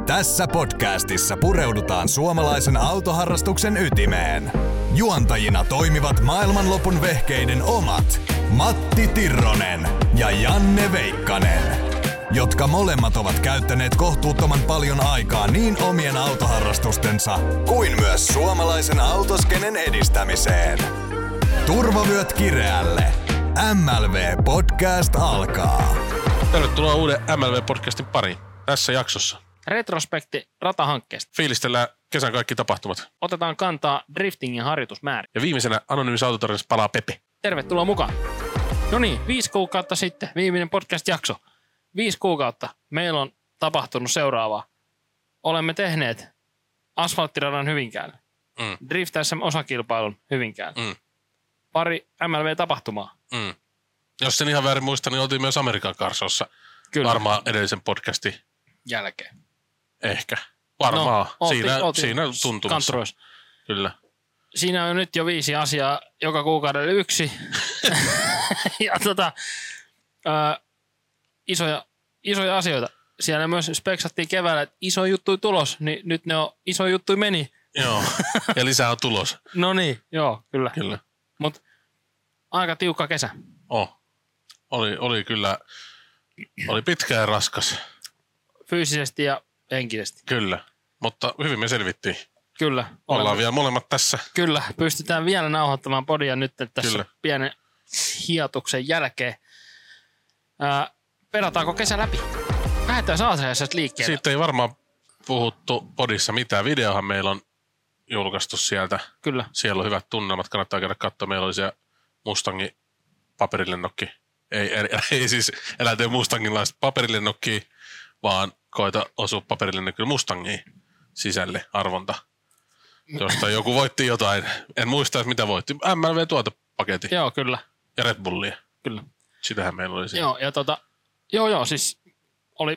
Tässä podcastissa pureudutaan suomalaisen autoharrastuksen ytimeen. Juontajina toimivat maailmanlopun vehkeiden omat Matti Tirronen ja Janne Veikkanen, jotka molemmat ovat käyttäneet kohtuuttoman paljon aikaa niin omien autoharrastustensa kuin myös suomalaisen autoskenen edistämiseen. Turvavyöt kireälle. MLV Podcast alkaa. Tervetuloa uuden MLV-podcastin pariin. Tässä jaksossa retrospekti ratahankkeesta. fiilistellään kesän kaikki tapahtumat. Otetaan kantaa driftingin harjoitusmäärä. Ja viimeisenä anonyymisessä autotarinassa palaa Pepe. Tervetuloa mukaan. No niin, 5 kuukautta sitten, viimeinen podcast-jakso. 5 kuukautta. Meillä on tapahtunut seuraavaa. Olemme tehneet asfalttiradan Hyvinkäälle. Drift SM-osakilpailun Hyvinkäälle. Pari MLV-tapahtumaa. Jos sen ihan väärin muista, niin oltiin myös Amerikan karsossa. Kyllä. Varmaan edellisen podcastin. Jälkeen. Ehkä. Varmaan. No, siinä tuntumassa. Kantroissa. Kyllä. Siinä on nyt jo 5 asiaa, joka kuukaudelle 1. Ja isoja asioita. Siellä myös speksattiin keväällä, että iso juttu tulos, niin nyt ne on iso juttu meni. Joo, ja lisää on tulos. No niin, joo, kyllä. Kyllä. Mutta aika tiukka kesä. Oli kyllä, oli pitkä ja raskas. Fyysisesti ja henkisesti. Kyllä, mutta hyvin me selvittiin. Kyllä. Ollaan vielä molemmat tässä. Kyllä, pystytään vielä nauhoittamaan podia nyt tässä Kyllä. pienen hiatuksen jälkeen. Perataanko kesä läpi? Lähdetään saasajassa liikkeelle. Siitä ei varmaan puhuttu podissa mitään. Videohan meillä on julkaistu sieltä. Kyllä. Siellä on hyvät tunnelmat. Kannattaa käydä katsoa. Meillä oli siellä Mustangin paperilennokki. Ei siis eläinten Mustanginlaista paperilennokkia, vaan koita osua paperilennokilla Mustangiin sisälle arvonta. Josta joku voitti jotain. En muista, mitä voitti. MLV-tuotepaketin. Joo, kyllä. Ja Red Bullia. Kyllä. Sitähän meillä oli siinä. Joo, ja siis oli...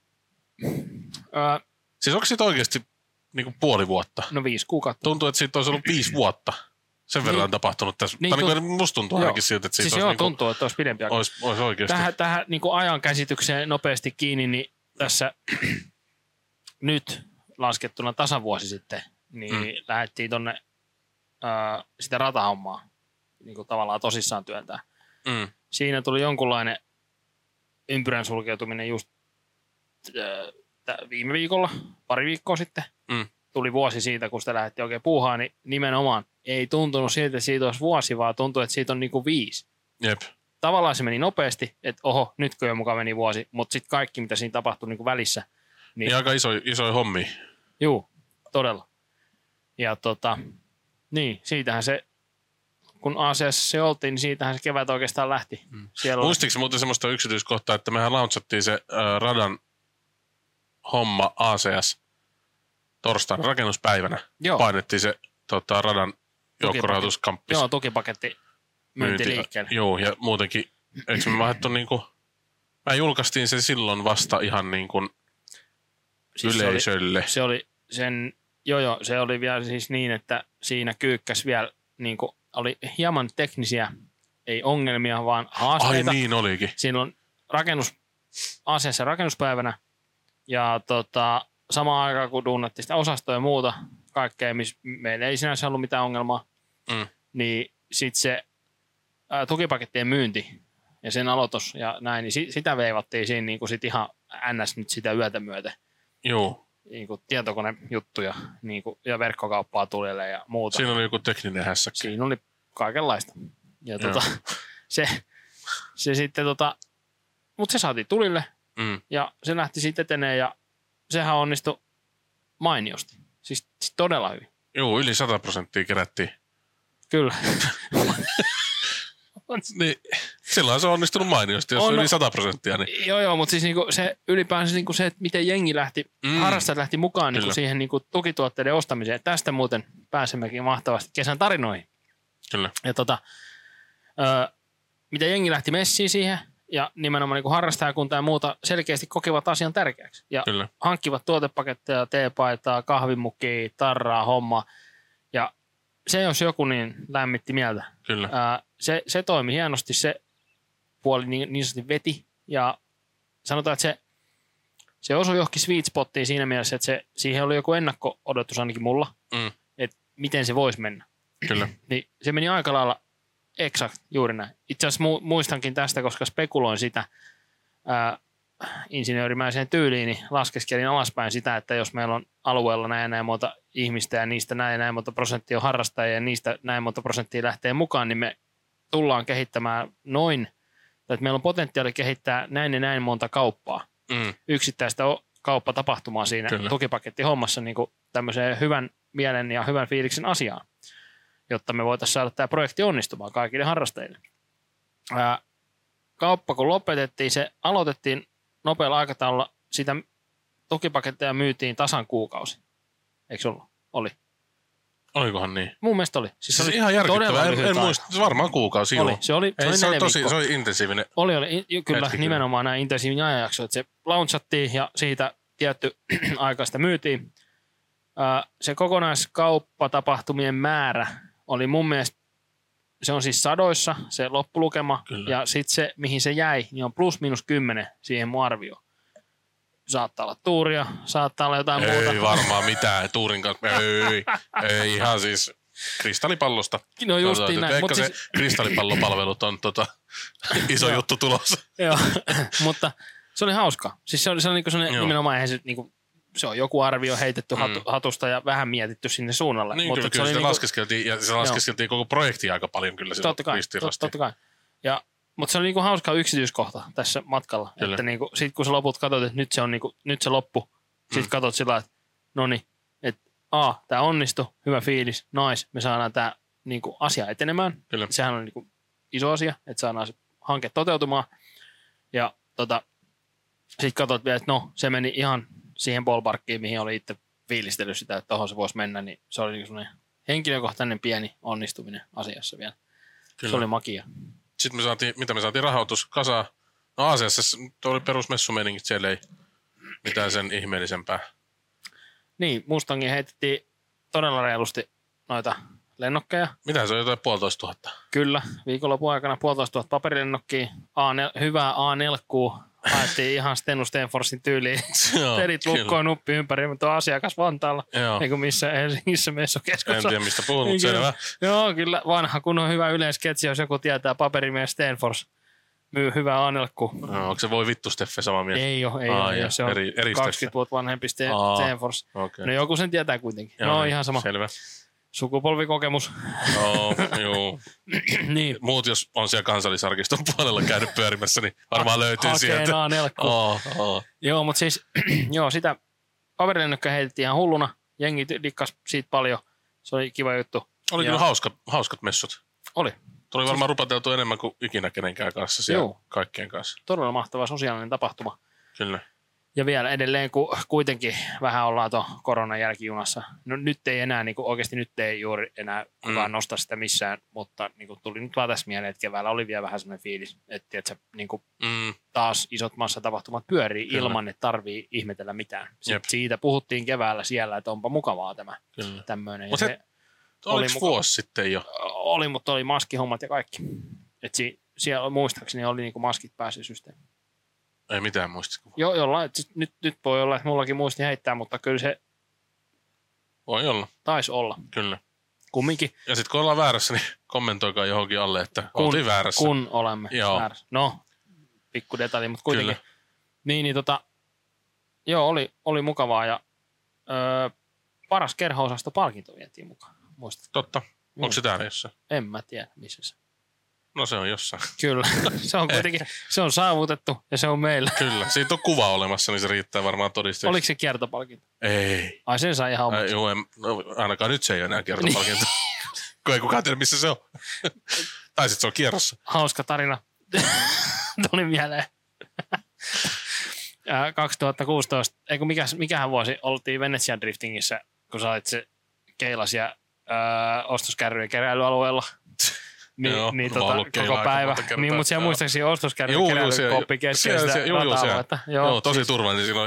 Siis onko siitä oikeasti niin puoli vuotta? No 5 kuukautta. Tuntuu, että siitä olisi ollut 5 vuotta. Sen verran on tapahtunut tässä. Niin, musta tuntuu ainakin siltä, että siitä siis olisi... tuntuu, että olisi pidempi aika. Olisi oikeasti. Tähän niin ajan käsitykseen nopeasti kiinni, niin tässä nyt laskettuna tasavuosi sitten, niin lähdettiin tonne sitä ratahommaa niin kuin tavallaan tosissaan työntää. Siinä tuli jonkunlainen ympyrän sulkeutuminen just viime viikolla, pari viikkoa sitten. Tuli vuosi siitä, kun sitä lähdettiin oikein puuhaan, niin nimenomaan ei tuntunut siltä, että siitä olisi vuosi, vaan tuntui, että siitä on niinku 5. Jep. Tavallaan se meni nopeasti, että oho, nytkö jo mukaan meni vuosi, mutta sitten kaikki, mitä siinä tapahtui niinku välissä. Niin aika isoja hommia. Juu, todella. Ja niin, siitähän se, kun ACS se oltiin, niin siitähän se kevät oikeastaan lähti. Muistitko muuten semmoista yksityiskohtaa, että mehän launchattiin se radan homma ACS torstaina rakennuspäivänä. Joo. Painettiin se radan joukkorahoituskamppis. Joo, tukipaketti myynti liikkeelle. Joo, ja muutenkin, eikö me vaihdettu mä julkaistiin se silloin vasta ihan siis yleisölle. Se oli vielä siis niin, että siinä kyykkäs vielä oli hieman teknisiä, ei ongelmia, vaan haasteita. Ai niin olikin. Siinä on asiassa rakennuspäivänä ja samaan aikaan kun duunnattiin sitä osastoa ja muuta kaikkea, missä meillä ei sinänsä ollut mitään ongelmaa, niin sitten se tukipakettien myynti ja sen aloitus ja näin, niin sitä veivattiin siinä sit ihan ns. Nyt sitä yötä myöten. Joo. Tietokonejuttuja ja verkkokauppaa tulille ja muuta. Siinä oli joku tekninen hässäkkä. Siinä oli kaikenlaista. Ja se sitten mutta se saatiin tulille ja se lähti sitten eteneen ja sehän onnistui mainiosti. Siis todella hyvin. Joo, yli 100% kerättiin. Kyllä. Niin, silloin se on onnistunut mainiosti, jos on yli 100%. Niin. Joo, mutta siis se ylipäänsä se, että miten jengi lähti, harrastajat lähti mukaan siihen tukituotteiden ostamiseen. Tästä muuten pääsemmekin mahtavasti kesän tarinoihin. Kyllä. Ja miten jengi lähti messiin siihen ja nimenomaan harrastajakunta ja muuta selkeästi kokivat asian tärkeäksi. Ja Kyllä. hankkivat tuotepaketteja, teepaitaa, kahvimukia, tarraa, hommaa. Ja se jos joku niin lämmitti mieltä. Kyllä. Se toimi hienosti, se puoli niin sanotusti veti ja sanotaan, että se osui johonkin sweet spottiin siinä mielessä, että siihen oli joku ennakko-odotus ainakin mulla, että miten se voisi mennä. Kyllä. Niin se meni aika lailla exact juuri näin. Itse asiassa muistankin tästä, koska spekuloin sitä insinöörimäiseen tyyliin, niin laskeskelin alaspäin sitä, että jos meillä on alueella näin monta ihmistä ja niistä näin monta prosenttia on harrastajia ja niistä näin monta prosenttia lähtee mukaan, niin me tullaan kehittämään että meillä on potentiaali kehittää näin ja näin monta kauppaa. Yksittäistä kauppatapahtumaa siinä tukipakettihommassa niin kuin tämmöiseen hyvän mielen ja hyvän fiiliksen asiaan, jotta me voitaisiin saada tämä projekti onnistumaan kaikille harrastajille. Kauppa kun lopetettiin, se aloitettiin nopealla aikataululla, sitä tukipaketteja myytiin tasan kuukausi. Eikö ollut? Oli. Olikohan niin? Mun mielestä oli. Siis oli ihan järkyttävää. En muista. Se varmaan kuukausi. Oli. Se oli 4 viikkoa. Se oli intensiivinen. Oli. Kyllä, nimenomaan näin intensiivinen ajanjakso. Että se launchattiin ja siitä tietty aikaa sitä myytiin. Se kokonaiskauppatapahtumien määrä oli mun mielestä, se on siis sadoissa se loppulukema. Kyllä. Ja sitten se, mihin se jäi, niin on +-10 siihen mun arvioon. Saattaa olla tuuria, saattaa olla jotain muuta. Ei varmaan mitään tuurin kanssa. Ei ihan siis kristallipallosta. No justiin näin. Ehkä se kristallipallopalvelut on iso juttu tulossa. Joo, mutta se oli hauska. Siis se oli niinku sellainen nimenomaan, eihän se niinku, se on joku arvio heitetty hatusta ja vähän mietitty sinne suunnalle. Niin, mutta kyllä se laskeskeltiin ja se laskeskeltiin koko projektia aika paljon kyllä silloin. Totta kai. Mutta se oli niinku hauska yksityiskohta tässä matkalla. Kyllä. Että niinku, sit kun sä loput katsot, että nyt se loppu, sit katsot sillä että noniin, että tää onnistui, hyvä fiilis, nice, me saadaan tää niinku asia etenemään. Kyllä. Sehän on niinku iso asia, että saadaan se hanke toteutumaan. Ja sit katsot vielä, että se meni ihan siihen ballparkkiin, mihin oli itse fiilistellyt sitä, että tohon se voisi mennä, niin se oli niinku semmoinen henkilökohtainen pieni onnistuminen asiassa vielä. Kyllä. Se oli magia. Sitten me saatiin rahoitus kasaan. No Aasiassa oli perusmessumeiningit, siellä ei mitään sen ihmeellisempää. Niin, Mustangin heitettiin todella reilusti noita lennokkeja. Mitä se on, jotain 1,500? Kyllä, viikonlopun aikana 1,500 paperilennokkia, hyvää A4-kuu. Haettiin ihan Stenu Stenforsin tyyliin. Perit lukkoon nuppi ympäri, mutta on asiakas Vantaalla. Ei kun missä Helsingissä messukeskuksessa. En tiedä mistä puhut, mutta selvä. Joo, kyllä vanha, kun on hyvä yleisketsi, jos joku tietää paperimies Stenfors. Myy hyvää A4-kuu. No, onko se voi vittu Steffe samaa mieltä? Ei ole. Se on eri 20 vuotta vanhempi Stenfors. Okay. No joku sen tietää kuitenkin. Joo, ihan sama. Selvä. Sukupolvikokemus. Joo. Niin. Muut, jos on siellä Kansallisarkiston puolella käynyt pyörimässä, niin varmaan löytyy sieltä. Joo, mutta siis sitä paperilennokkaa heitettiin ihan hulluna. Jengi dikkas siitä paljon. Se oli kiva juttu. Oli kyllä hauskat messut. Oli. Tuli varmaan rupateltu enemmän kuin ikinä kenenkään kanssa siellä kaikkien kanssa. Todella mahtava sosiaalinen tapahtuma. Kyllä. Ja vielä edelleen, kun kuitenkin vähän ollaan tuon koronan jälkijunassa. No nyt ei enää, niin kuin, oikeasti nyt ei juuri enää kukaan nosta sitä missään, mutta niin kuin, tuli nyt vaan tässä mieleen, että keväällä oli vielä vähän semmoinen fiilis, että niin kuin, taas isot massatapahtumat pyörii ilman, että tarvii ihmetellä mitään. Siitä puhuttiin keväällä siellä, että onpa mukavaa tämä tämmöinen. Mutta oliko vuosi sitten jo? Oli, mutta oli maskihommat ja kaikki. Että siellä muistaakseni oli niin kuin maskit pääsi systeemiin. Ei mitään muistikuvaa. Joo, jollain. Nyt voi olla, että mullakin muisti heittää, mutta kyllä se voi olla. Taisi olla. Kyllä. Kumminkin. Ja sitten kun ollaan väärässä, niin kommentoikaa johonkin alle, että oltiin väärässä. Kun olemme väärässä. No, pikku detalji, mutta kuitenkin. Kyllä. Niin, joo, oli mukavaa ja paras kerho-osasto palkinto vietiin mukaan. Muistatko? Totta. Onko se täällä jossain? En mä tiedä, missä se. No se on jossain. Kyllä, se on kuitenkin, se on saavutettu ja se on meillä. Kyllä, siitä on kuva olemassa, niin se riittää varmaan todisteeksi. Oliko se kiertopalkinto? Ei. Ai sen sai ihan omaksi. Joo, ainakaan nyt se ei ole enää kiertopalkinto. Kun ei kukaan tiedä, missä se on. Tai sitten se on kierrossa. Hauska tarina. Tuli mieleen. 2016, eikö mikähän vuosi, oltiin Venetsian driftingissä, kun sä olit se keilas ja ostoskärryjen keräilyalueella. Koko päivä. Niin, mutta siellä muistaakseni ostoskärryjen keräilykoppi keskeistä rata-aluetta. Joo, tosi turvallinen. Siinä on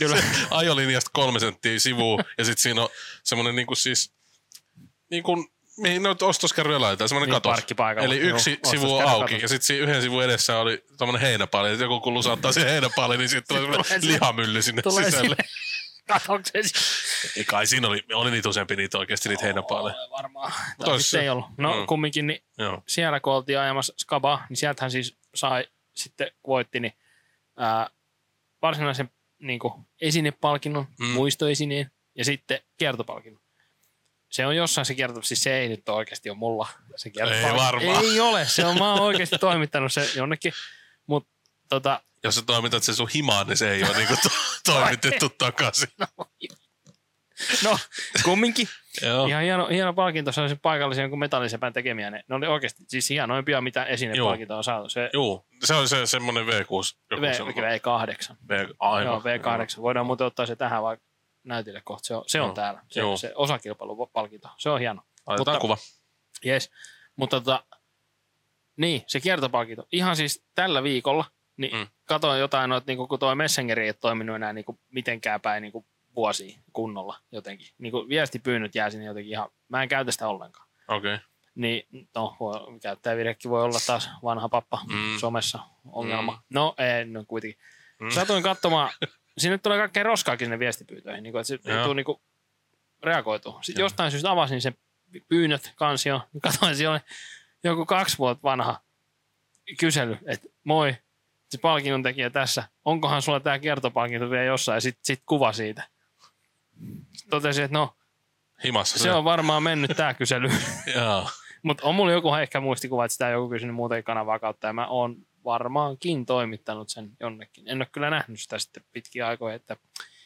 ajolinjasta 3 senttiä sivuun ja sitten siinä on semmoinen niinku siis niinku mihin noita ostoskärryjä laitetaan, semmoinen katos. Parkkipaikalla. Eli yksi sivu on auki, ja sitten yhden sivun edessä oli tommonen heinäpaali, ja joku kun lusauttaa siihen heinäpaaliin, niin sitten tulee semmoinen lihamylly sinne sisälle. Katoksesi. Ei kai siinä oli niitä useampi niitä oikeasti niitä heinäpaaleja. Varmaan. Tai ei ollut. No kumminkin, niin siellä kun oltiin ajamassa Skabaa, niin sieltähän siis sai sitten, kun voitti, niin varsinaisen niin kuin esinepalkinnon, muistoesineen ja sitten kiertopalkinnon. Se on jossain se kierto, siis se ei nyt oikeasti ole mulla. Se ei varmaan. Ei ole, mä oon oikeasti toimittanut se jonnekin, mutta jos sä toimitat sen sun himaan, niin se ei ole niinku toimitettu takaisin. No, kumminkin. Ihan hieno palkinto, se oli se paikallisen jonkun metallisepän tekemiä. Ne oli oikeasti siis hienoimpia, mitä esinepalkintoa on saatu. Se oli se semmoinen V6. V8. Joo, V8. Voidaan muuten ottaa se tähän vaikka näytille kohta. Se on täällä. Se osakilpailupalkinto. Se on hieno. Laitetaan kuva. Jes. Mutta niin, se kiertopalkinto. Ihan siis tällä viikolla, niin katoin jotain noita, niin kun toi Messengeri ei ole toiminut enää niin mitenkään päin niin vuosia kunnolla jotenkin. Niin viestipyynnöt jää sinne jotenkin ihan, mä en käytä sitä ollenkaan. Okei. Okay. Niin, käyttäjävirhekin voi olla taas vanha pappa somessa ongelma. No, ei, no kuitenkin. Satuin katsomaan, sinne tulee kaikkea roskaakin sinne viestipyytöihin, niin kuin, että se joutuu niin reagoitua. Sitten jostain syystä avasin sen pyynnöt kansio, katsoin siellä joku 2 vuotta vanha kysely, että moi, se palkinnon tekijä tässä, onkohan sulla tämä kiertopalkinto vielä jossain, ja sit kuva siitä. Totesin, että no, himassa se on varmaan mennyt tämä kysely. Joo. Mutta on mulla joku ehkä muistikuva, että sitä joku kysynyt muuten kanavaa kautta, ja mä oon varmaankin toimittanut sen jonnekin. En ole kyllä nähnyt sitä sitten pitkiä aikoja, että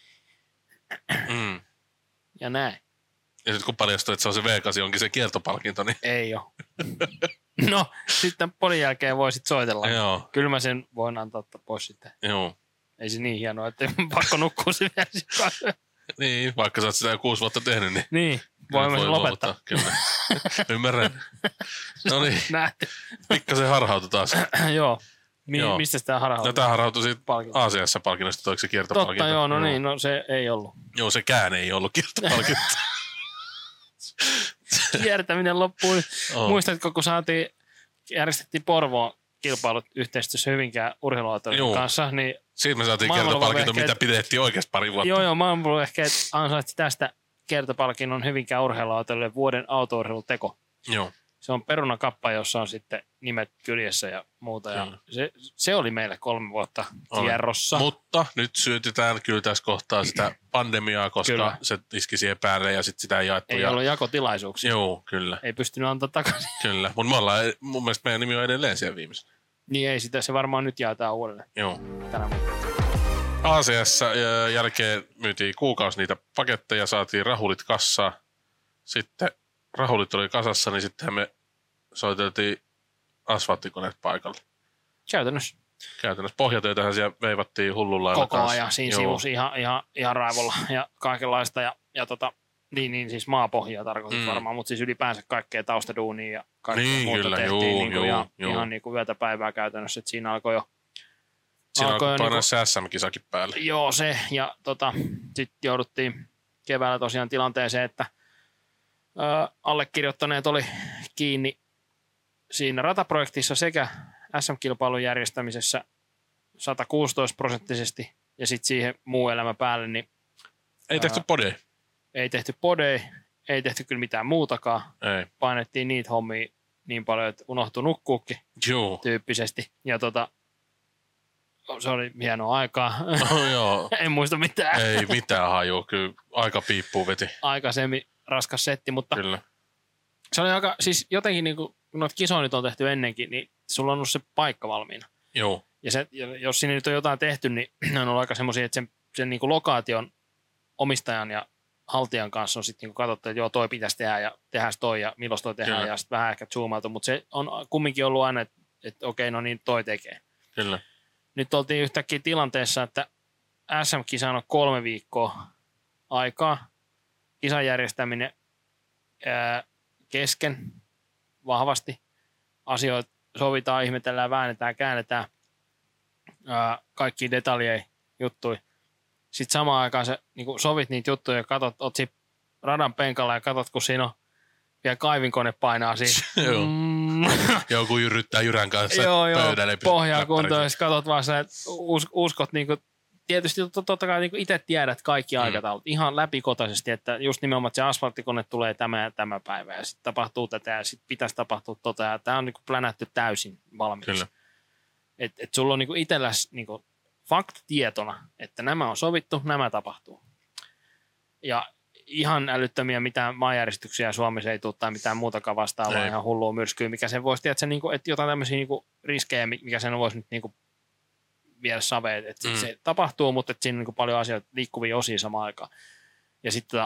ja näin. Ja sitten kun paljastui, että se on se V8, onkin se kiertopalkinto, niin ei ole. No, sitten podin jälkeen voisit soitella. Joo. Kyllä mä sen voin antaa pois sitten. Joo. Ei se niin hienoa, että pakko nukkua se vielä. Niin, vaikka sä oot sitä jo 6 vuotta tehnyt, niin voimme sen lopettaa. Kyllä. Ymmärrän. No niin, nähty. pikkasen harhautui taas. Joo. Mistä sitä harhautui? No tämä harhautui siitä Aasiassa-palkinnosta, toiko se kiertopalkinto? Totta, joo, no niin, no se ei ollut. Joo, sekään ei ollut kiertopalkinto. Kiertäminen loppui. Muistatko, kun järjestettiin Porvoon kilpailut yhteistyössä Hyvinkään urheiluautoilun kanssa, niin siitä me saatiin kiertopalkinto, mitä pidettiin oikeasti pari vuotta. Joo, maailmanpalvelu ehkä ansaitsi tästä kiertopalkinnon Hyvinkään urheiluautoille vuoden autourheiluteko. Joo. Se on perunakappa, jossa on sitten nimet kyljessä ja muuta. Ja se oli meille 3 vuotta kierrossa. Mutta nyt syytetään kyllä tässä kohtaa sitä pandemiaa, koska se iski siihen päälle ja sitten sitä ei jaettu. Ei ollut jakotilaisuuksia. Joo, kyllä. Ei pystynyt antaa takaisin. Kyllä, mutta mun mielestä meidän nimi on edelleen siellä viimeisen. Niin ei sitä, se varmaan nyt jaetaan uudelleen. Joo. Tänä vuonna. ACS jälkeen myytiin kuukausi niitä paketteja, saatiin rahulit kassaan. Sitten rahulit oli kasassa, niin sitten me soiteltiin asfalttikoneet paikalle. Käytännössä pohjatöitähän siellä veivattiin hullulla koko ajan siinä sivussa ihan raivolla ja kaikenlaista. Ja niin siis maapohjaa tarkoitus varmaan, mutta siis ylipäänsä kaikkea taustaduunia ja kaikkea muuta kyllä, tehtiin ihan niin kuin yötä päivää käytännössä. Että siinä alkoi jo. Siinä alkoi painaa se SM-kisakin päälle. Joo, se. Ja sitten jouduttiin keväällä tosiaan tilanteeseen, että allekirjoittaneet oli kiinni siinä rataprojektissa sekä SM-kilpailun järjestämisessä 116% ja sitten siihen muu elämä päälle. Niin, ei tehty podeja. Ei tehty podeja, ei tehty kyllä mitään muutakaan. Ei. Painettiin niitä hommia niin paljon, että unohtui nukkuukin tyyppisesti. Ja se oli hienoa aikaa. Joo. En muista mitään. Ei mitään hajua, kyllä aika piippuu veti. Aika raskas setti, mutta kyllä. Se oli aika, siis jotenkin niin kun noita kisoja nyt on tehty ennenkin, niin sulla on ollut se paikka valmiina. Joo. Ja jos siinä nyt on jotain tehty, niin ne on ollut aika semmoisia, että sen niin kuin lokaation omistajan ja haltijan kanssa on sitten niin katsottu, että joo, toi pitäisi tehdä ja tehdään toi ja milloin toi tehdään ja sitten vähän ehkä zoomailtu, mutta se on kumminkin ollut aina, että okei, no niin, toi tekee. Kyllä. Nyt oltiin yhtäkkiä tilanteessa, että SM-kisaan on 3 viikkoa aikaa. Kisan järjestäminen kesken vahvasti. Asioita sovitaan, ihmetellään, väännetään, käännetään. Kaikki detaljeja juttui. Sitten samaan aikaan sä niin sovit niitä juttuja ja katot, oot siinä radan penkalla ja katot, kun siinä on vielä kaivinkone painaa siinä. Joo. Joku jyrryttää jyrän kanssa pöydälle. Pohjaa kuntoon, ja sitten katsot vaan sä, että uskot niinku, tietysti totta kai niinku itse tiedät kaikki aikataulut ihan läpikotaisesti, että just nimenomaan, että se asfalttikone tulee tämä ja tämä päivä, ja sitten tapahtuu tätä, ja sitten pitäisi tapahtua tota, ja tämä on niinku plänätty täysin valmiiksi. Kyllä. Et sulla on niinku itselläsi niinku faktatietona, että nämä on sovittu, nämä tapahtuu. Ja ihan älyttömiä mitään maanjäristyksiä Suomessa ei tule tai mitään muutakaan vastaavaa, ihan hullua myrskyä, mikä sen voisi tietää, että jotain tämmöisiä niinku riskejä, mikä sen voisi nyt niinku viedä saveen, että se tapahtuu, mutta että siinä on niinku paljon asioita, liikkuvia osia samaan aikaan. Ja sitten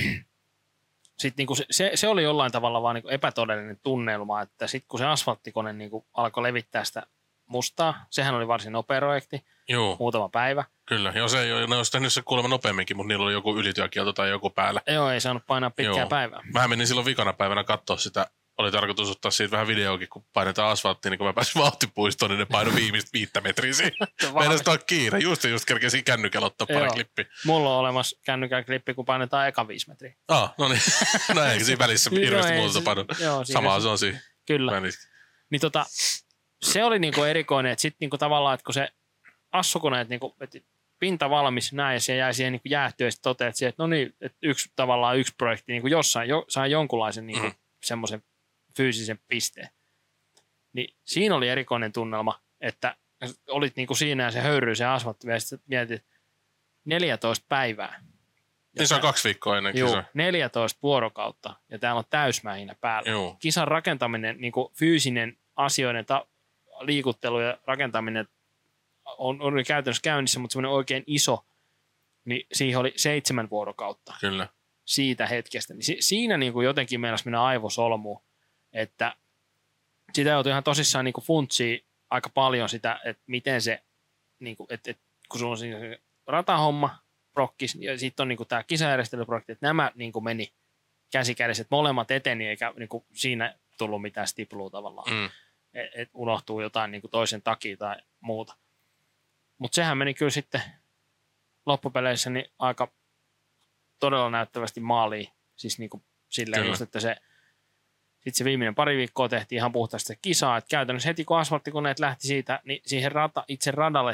niinku se oli jollain tavalla vaan niinku epätodellinen tunnelma, että sitten kun se asfalttikone niinku alkoi levittää sitä mustaa, sehän oli varsin nopea projekti, muutama päivä. Kyllä, joo, ne olisi tehnyt se kuulemma nopeamminkin, mutta niillä oli joku ylityökielto tai joku päällä. Joo, ei saanut painaa pitkää päivää. Mä menin silloin vikana päivänä katsoa sitä, oli tarkoitus ottaa siitä vähän videoakin, kun painetaan asfalttiin, niin kun mä pääsin vauhtipuistoon, niin ne painoi viimeistä 5 metriä siinä. Meidän sitä on kiire, just kerkesin kännykällä ottaa pari klippiä. Mulla on olemassa kännykän klippi, kun painetaan eka 5 metriä. No niin, no eikä siinä välissä hirveästi muuta paino. Samaa se on siinä. Kyllä. Niin se oli niinku erikoinen, että sitten niinku tavallaan, että kun se assukoneet, niinku, että pinta valmis näin, ja se jäi siihen niinku jäähtyä, ja sitten toteat siihen, että no niin, että yksi projekti niinku jossain saa jonkunlaisen niinku semmoisen fyysisen pisteen. Niin siinä oli erikoinen tunnelma, että olit niinku siinä ja se höyryy se asfaltti, ja sitten mietit 14 päivää. Niin se on 2 viikkoa ennen kisaa. 14 vuorokautta, ja täällä on täysmähinä päällä. Joo. Kisan rakentaminen, niinku fyysinen asioiden liikuttelu ja rakentaminen on käytännössä käynnissä, mutta semmoinen oikein iso, niin siihen oli 7 vuorokautta. Kyllä. Siitä hetkestä. Niin siinä niin kuin jotenkin meinasi mennä aivosolmuun, että sitä joutui ihan tosissaan niin kuin funtsia aika paljon sitä, että miten se, niin kuin, että kun sulla on siinä se ratahomma, prokkis, ja sitten on niin kuin tämä kisajärjestelyprojekti, että nämä niin kuin meni käsikädessä, että molemmat eteni, eikä niin kuin siinä tullut mitään stiplua tavallaan. Että unohtuu jotain niin kuin toisen takia tai muuta. Mutta sehän meni kyllä sitten loppupeleissä niin aika todella näyttävästi maaliin. Siis niin kuin silleen just, että sitten se viimeinen pari viikkoa tehtiin ihan puhtaasti se kisaa. Että käytännössä heti kun asfalttikoneet lähti siitä, niin siihen itse radalle,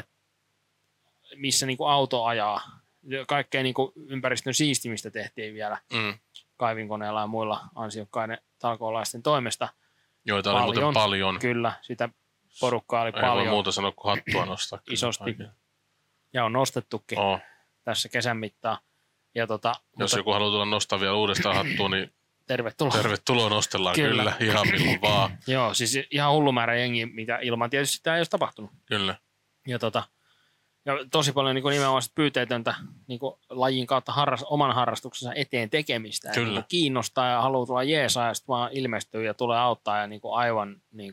missä niin kuin auto ajaa, kaikkea niin kuin ympäristön siistimistä tehtiin vielä kaivinkoneella ja muilla ansiokkaiden talkoolaisten toimesta. Joita oli muuten paljon. Kyllä, sitä porukkaa oli paljon. Ei voi muuta sanoa kuin hattua nostaa. Isosti. Oikein. Ja on nostettukin tässä kesän mittaan. Ja jos joku haluaa tulla nostaa vielä uudestaan hattua, niin tervetuloa nostellaan kyllä ihan milloin vaan. Joo, siis ihan hullu määrä jengiä, mitä ilman tietysti sitä ei olisi tapahtunut. Kyllä. Ja ja tosi paljon niin nimenomaan pyyteetöntä niin lajin kautta oman harrastuksensa eteen tekemistä. Kyllä. Niin kiinnostaa ja haluaa tulla jeesaa ja sitten vaan ilmestyy ja tulee auttaa ja niin aivan niin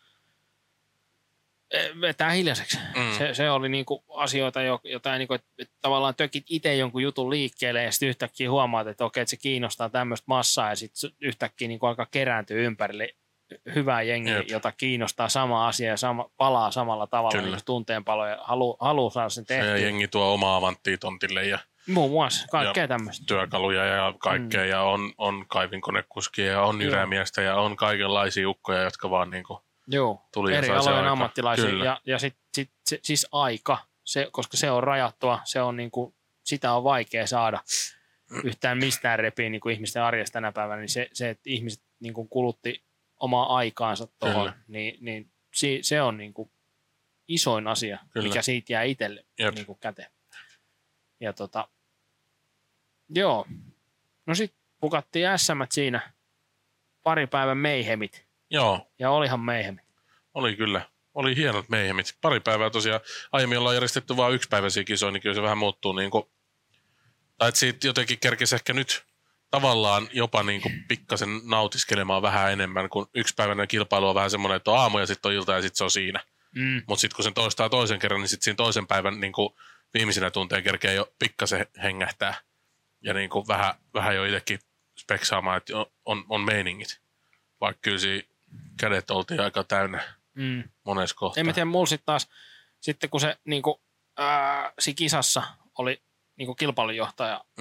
vetää hiljaiseksi. Se oli niin asioita, jotain, niin että tavallaan tökit itse jonkun jutun liikkeelle ja sitten yhtäkkiä huomaat, että okei, että se kiinnostaa tämmöistä massaa ja sitten yhtäkkiä niin alkaa kerääntyä ympärille hyvää jengiä, jota kiinnostaa sama asia ja palaa samalla tavalla niin tunteenpalo ja haluaa saada sen tehtyä. Ja jengi tuo omaa avanttia tontille ja muun muassa, kaikkea tämmöistä. Työkaluja ja kaikkea ja on kaivinkonekuskia ja on jyrämiestä ja on kaikenlaisia ukkoja, jotka vaan niinku tuli eri alojen ammattilaisia ja siis aika, koska se on rajattua, se on niinku, sitä on vaikea saada yhtään mistään repiä niinku ihmisten arjesta tänä päivänä, niin se että ihmiset niinku kulutti omaa aikaansa tuohon, niin se on niinku isoin asia, mikä siitä jää itselle niinku käteen. Ja no sit pukattiin SM:t siinä, pari päivän meihemit. Joo. Ja olihan meihemit. Oli kyllä. Oli hienot meihemit. Pari päivää tosiaan. Aiemmin ollaan järjestetty vain yksipäiväisiä kisoja, niin kyllä se vähän muuttuu niin kuin, tai että siitä jotenkin kerkesi ehkä nyt tavallaan jopa niin kuin pikkasen nautiskelemaan vähän enemmän, kun yksipäiväinen kilpailu on vähän semmoinen, että on aamu ja sitten on ilta ja sitten se on siinä. Mutta sitten kun sen toistaa toisen kerran, niin sitten siinä toisen päivän niin kuin viimeisinä tunteja kerkee jo pikkasen hengähtää. Ja niin kuin vähän jo itsekin speksaamaan, että on meiningit. Vaikka kyllä siinä kädet oltiin aika täynnä monessa kohtaa. En mä tiedä, mulla sitten taas, sitten kun se niinku, siinä kisassa oli niinku kilpailunjohtaja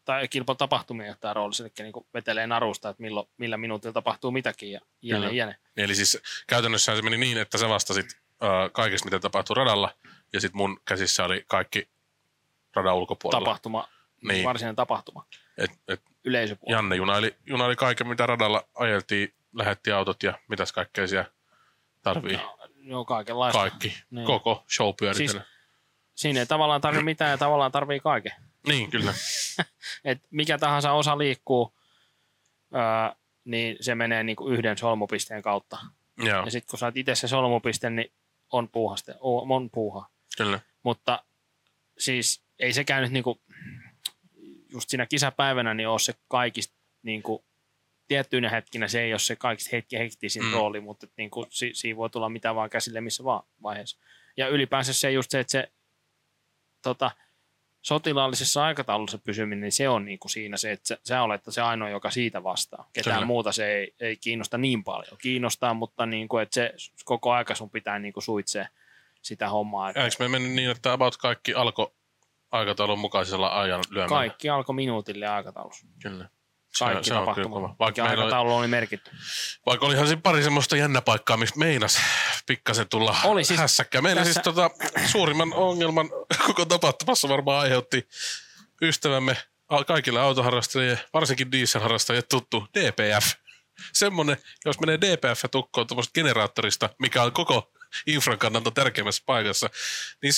tai kilpailutapahtumia johtaa roolissa, eli niin kuin vetelee narusta, että millä minuutilla tapahtuu mitäkin ja jne. Eli siis käytännössä se meni niin, että sä vastasit kaikesta, mitä tapahtuu radalla, ja sitten mun käsissä oli kaikki radan ulkopuolella. Tapahtuma, niin. Varsinainen tapahtuma. Yleisöpuolella. Janne junaili kaiken, mitä radalla ajeltiin, lähetti autot ja mitäs kaikkea siellä tarvii. Joo, kaikenlaista. Kaikki, niin. Koko show pyöritellä. Siis, siinä ei tavallaan tarvitse mitään ja tavallaan tarvii kaiken. Niin, kyllä. Et mikä tahansa osa liikkuu, niin se menee niinku yhden solmupisteen kautta. Joo. Ja sitten kun sä oot itse se solmupiste, niin on puuha. Kyllä. Mutta siis ei sekään nyt niinku, just siinä kisapäivänä niin ole se kaikista niinku, tiettyinä hetkinä se ei ole se kaikista hektisin rooli, mutta niinku, siinä voi tulla mitä vaan käsille missä vaan vaiheessa. Ja ylipäänsä se just se, että se sotilaallisessa aikataulussa pysyminen, niin se on niinku siinä se, että sä olet se ainoa, joka siitä vastaa. Ketään Kyllä. muuta se ei kiinnosta niin paljon. Kiinnostaa, mutta niinku, että se koko aika sun pitää niinku suitsee sitä hommaa. Eikö me mennyt niin, että about kaikki alkoi aikataulun mukaisella ajan lyömällä? Kaikki alkoi minuutille aikataulussa. Kyllä. Kaikki tapahtumat. Vaikka aikataulu oli merkitty. Vaikka olihan siinä pari semmoista jännä paikkaa, mistä meinas pikkasen tulla hässäkkää. Meillä tässä... siis suurimman ongelman koko tapahtumassa varmaan aiheutti ystävämme kaikille autoharrastajille, varsinkin dieselharrastajille tuttu DPF. Semmoinen, jos menee DPF tukkoon tuommoista generaattorista, mikä on koko infran kannalta tärkeimmässä paikassa, niin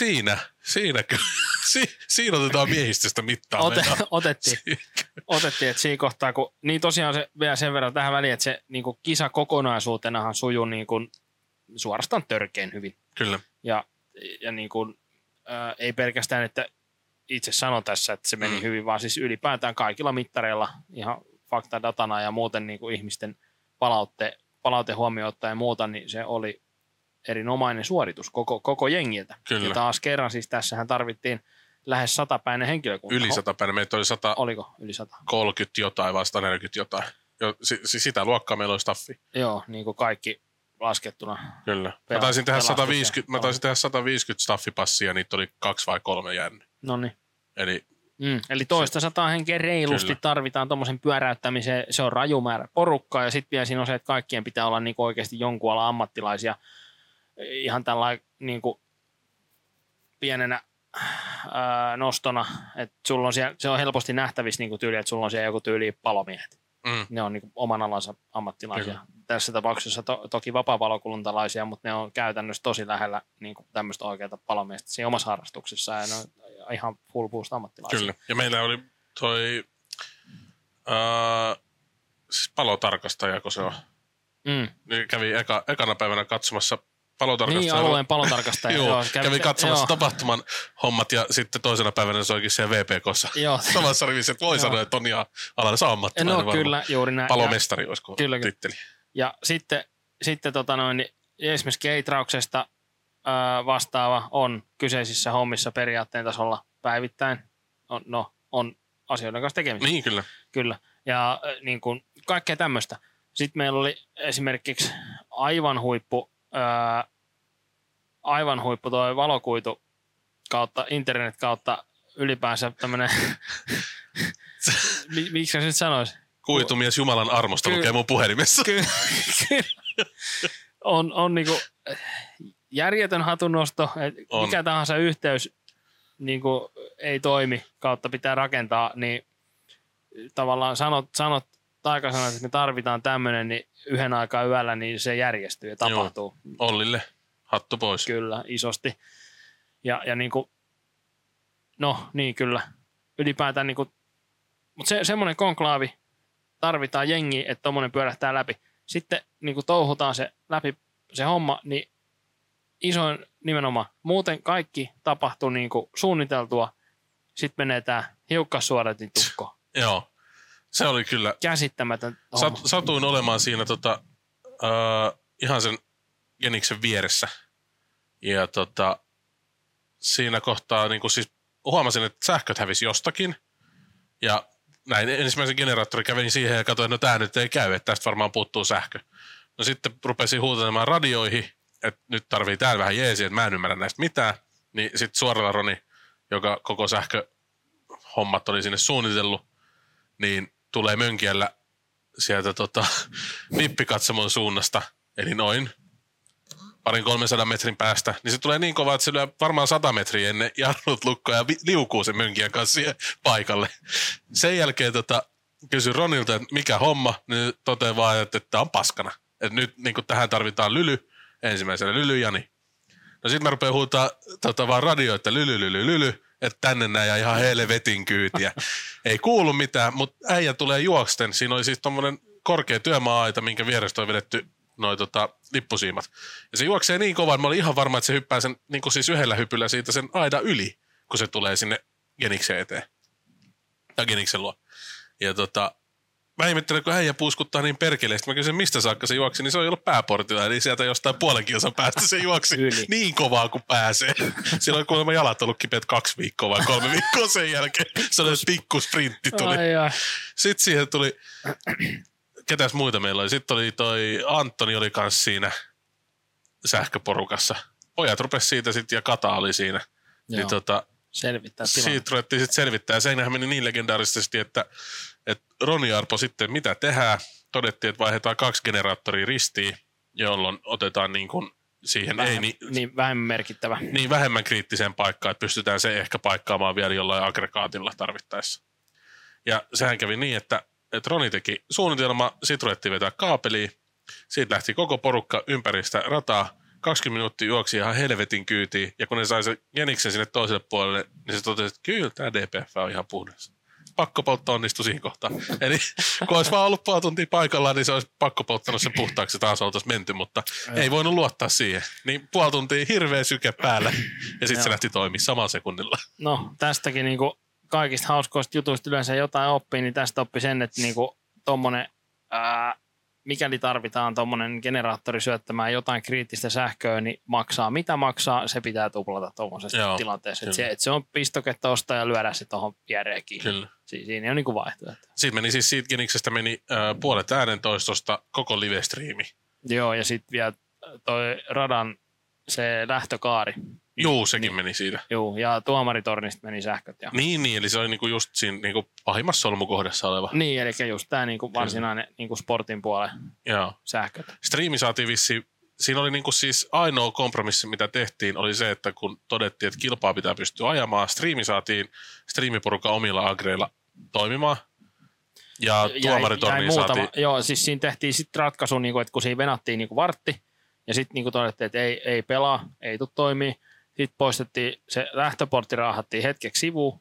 siinä otetaan miehistöstä mittaa. Otettiin, että siinä kohtaa, kun niin tosiaan se vielä sen verran tähän väliin, että se niin kuin kisa kokonaisuutenahan sujuu niin kuin suorastaan törkeän hyvin. Kyllä. Ja niin kuin, ei pelkästään, että itse sanon tässä, että se meni hyvin, vaan siis ylipäätään kaikilla mittareilla ihan faktadatana ja muuten niin kuin ihmisten palaute huomioon ottaen ja muuta, niin se oli erinomainen suoritus koko jengiltä. Kyllä. Ja taas kerran siis tässähän tarvittiin lähes 100-päinen henkilökunta. Yli 100-päinen. Meitä oli 100. Oliko yli 100? 30 jotain vai 140 jotain. Sitä luokkaa meillä oli staffi. Joo, niin kuin kaikki laskettuna. Kyllä. Mä taisin tehdä 150 staffipassia ja niitä oli 2 vai 3 jäänyt. Noniin. Eli toista 100 henkeä reilusti Kyllä. tarvitaan tuommoisen pyöräyttämiseen. Se on raju määrä porukkaa ja sitten vielä siinä on se, että kaikkien pitää olla niinku oikeasti jonkun alan ammattilaisia. Ihan tällainen niinku pienenä nostona, että sulla on siellä, se on helposti nähtävissä niinku tyyli, että sulla on siellä joku tyyli palomiehet. Ne on niinku oman alansa ammattilaisia. Kyllä. Tässä tapauksessa toki vapaa-valokuluntalaisia, mutta ne on käytännössä tosi lähellä niinku tämmöistä oikeaa palomiestä siinä omassa harrastuksessa ja ne on ihan full boost ammattilaisia. Kyllä, ja meillä oli toi siis palotarkastaja, kun se on. Niin kävi ekana päivänä katsomassa palotarkastaja. Niin, alueen palotarkastaja. Joo, kävi katsomassa tapahtuman hommat ja sitten toisena päivänä se olikin siellä VPK:ssa. Samassa rivissä, että voi sanoa, että on ihan alansa ammattilainen. No kyllä, juuri näin. Palomestari olisiko titteli. Ja sitten esimerkiksi keitrauksesta vastaava on kyseisissä hommissa periaatteen tasolla päivittäin. On asioiden kanssa tekemistä. Niin, kyllä. Kyllä. Ja niin kuin kaikkea tämmöistä. Sitten meillä oli esimerkiksi aivan huippu toi valokuitu kautta, internet kautta ylipäänsä tämmöinen, miksi sä nyt sanois? Kuitumies Jumalan armosta lukee mun puhelimessa. Kyllä. On niinku järjetön hatunnosto, että mikä tahansa yhteys niinku ei toimi kautta pitää rakentaa, niin tavallaan sanot taikasanat, että me tarvitaan tämmöinen, niin yhden aikaa yöllä niin se järjestyy ja tapahtuu. Joo. Ollille hattu pois. Kyllä, isosti. Ja niin kuin, no niin kyllä, ylipäätään niin kuin, mutta semmoinen konklaavi tarvitaan jengi, että tommoinen pyörähtää läpi. Sitten niin kuin touhutaan se läpi se homma, niin isoin nimenomaan. Muuten kaikki tapahtuu niin kuin suunniteltua. Sitten menee tää hiukkassuodatin tukko. Joo. Se oli kyllä käsittämätön. Satuin olemaan siinä ihan sen Jeniksen vieressä. Ja siinä kohtaa niin siis huomasin, että sähköt hävisi jostakin. Ja näin ensimmäisen generaattori kävelin siihen ja katsoin, että no tää nyt ei käy, että tästä varmaan puuttuu sähkö. No sitten rupesin huutelemaan radioihin, että nyt tarvii täällä vähän jeesiä, että mä en ymmärrä näistä mitään. Niin sitten suoralla Roni, joka koko sähköhommat oli sinne suunnitellut, niin tulee mönkijällä sieltä vippikatsomon suunnasta, eli noin 200-300 metrin päästä, niin se tulee niin kova, että se lyö varmaan 100 metriä ennen jarrut lukkoa ja liukuu sen mönkijän kanssa siihen paikalle. Sen jälkeen kysyin Ronilta, että mikä homma, niin toteaa vaan, että tämä on paskana. Että nyt niin tähän tarvitaan ensimmäisenä Jani. No sit mä rupean huutaa vaan radio, että lyly, että tänne näin ja ihan helvetin kyytiä. Ei kuulu mitään, mutta äijä tulee juoksten. Siinä oli siis tommonen korkea työmaa-aita, minkä vierestä on vedetty noi lippusiimat. Ja se juoksee niin kovaa, että mä olin ihan varma, että se hyppää sen niin kuin siis yhdellä hypyllä siitä sen aidan yli, kun se tulee sinne Geniksen eteen. Ja Geniksen luo. Ja mä ihmettelen, kun äijä puuskuttaa niin perkeleesti. Mä kysyin, mistä saakka se juoksi, niin se on ollut pääportilla. Eli sieltä jostain puolen kilsan päästä se juoksi niin kovaa kuin pääsee. Silloin kuulemma jalat ollut kipeät 2 viikkoa vai 3 viikkoa sen jälkeen. Se oli pikku sprintti tuli. Sitten siihen tuli, ketäs muita meillä oli? Sitten oli toi Antoni oli kanssa siinä sähköporukassa. Pojat rupesi siitä sitten ja Kata oli siinä. Niin selvittää tilanne. Siitä ruvettiin sitten selvittää. Ja seinähän meni niin legendaarisesti, että Roni Arpo sitten mitä tehdään. Todettiin, että vaihdetaan 2 generaattoria ristiin, jolloin otetaan niin kuin siihen vähemmän merkittävä. Niin vähemmän kriittiseen paikkaan, että pystytään se ehkä paikkaamaan vielä jollain aggregaatilla tarvittaessa. Ja sehän kävi niin, että Roni teki suunnitelma, sit ruvettiin vetää kaapelia, siitä lähti koko porukka ympäri sitä rataa, 20 minuuttia juoksi ihan helvetin kyytiin, ja kun ne sai se Geniksen sinne toiselle puolelle, niin se totesi, että kyllä tämä DPF on ihan puhdas. Pakkopoltto onnistui siinä kohtaa. Eli kun olisi vaan ollut puoli tuntia paikallaan, niin se olisi pakkopolttanut sen puhtaaksi ja taas oltaisiin menty, mutta ei voinut luottaa siihen. Niin puoli tuntia hirveä syke päällä ja sitten se lähti toimimaan samalla sekunnilla. No tästäkin niinku kaikista hauskoista jutuista yleensä jotain oppii, niin tästä oppi sen, että niinku tommonen, mikäli tarvitaan tommonen generaattori syöttämään jotain kriittistä sähköä, niin maksaa mitä maksaa, se pitää tuplata tuommoisessa tilanteessa. Että se on pistoketta ostaa ja lyödä se tuohon viereen kiinni. Kyllä. Siinä ei ole niinku vaihtoehto. Siitä Geniksestä meni puolet äänentoistosta koko live-striimi. Joo, ja sitten vielä toi radan se lähtökaari. Joo, sekin meni siitä. Joo, ja tuomaritornista meni sähköt. Ja... Niin, eli se oli niinku just siinä niinku pahimmassa solmukohdassa oleva. Niin, eli just tämä niinku varsinainen niinku sportin puolen sähköt. Striimi saatiin vissiin, siinä oli niinku siis ainoa kompromissi, mitä tehtiin, oli se, että kun todettiin, että kilpaa pitää pystyä ajamaan, striimi saatiin striimiporukan omilla agreilla toimimaan. Ja tuomaritorniin saatiin... Joo, siis siinä tehtiin sitten ratkaisu, niinku, että kun siinä venattiin niinku vartti, ja sitten niinku todettiin, että ei pelaa, ei tule toimia. Sitten poistettiin, se lähtöportti raahattiin hetkeksi sivuun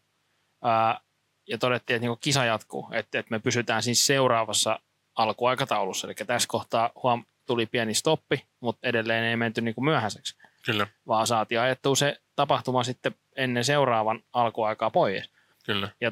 ja todettiin, että niinku kisa jatkuu, että me pysytään siis seuraavassa alkuaikataulussa. Eli tässä kohtaa tuli pieni stoppi, mutta edelleen ei menty niinku myöhäiseksi. Kyllä. Vaan saatiin ajettua se tapahtuma sitten ennen seuraavan alkuaikaa pois. Kyllä. Ja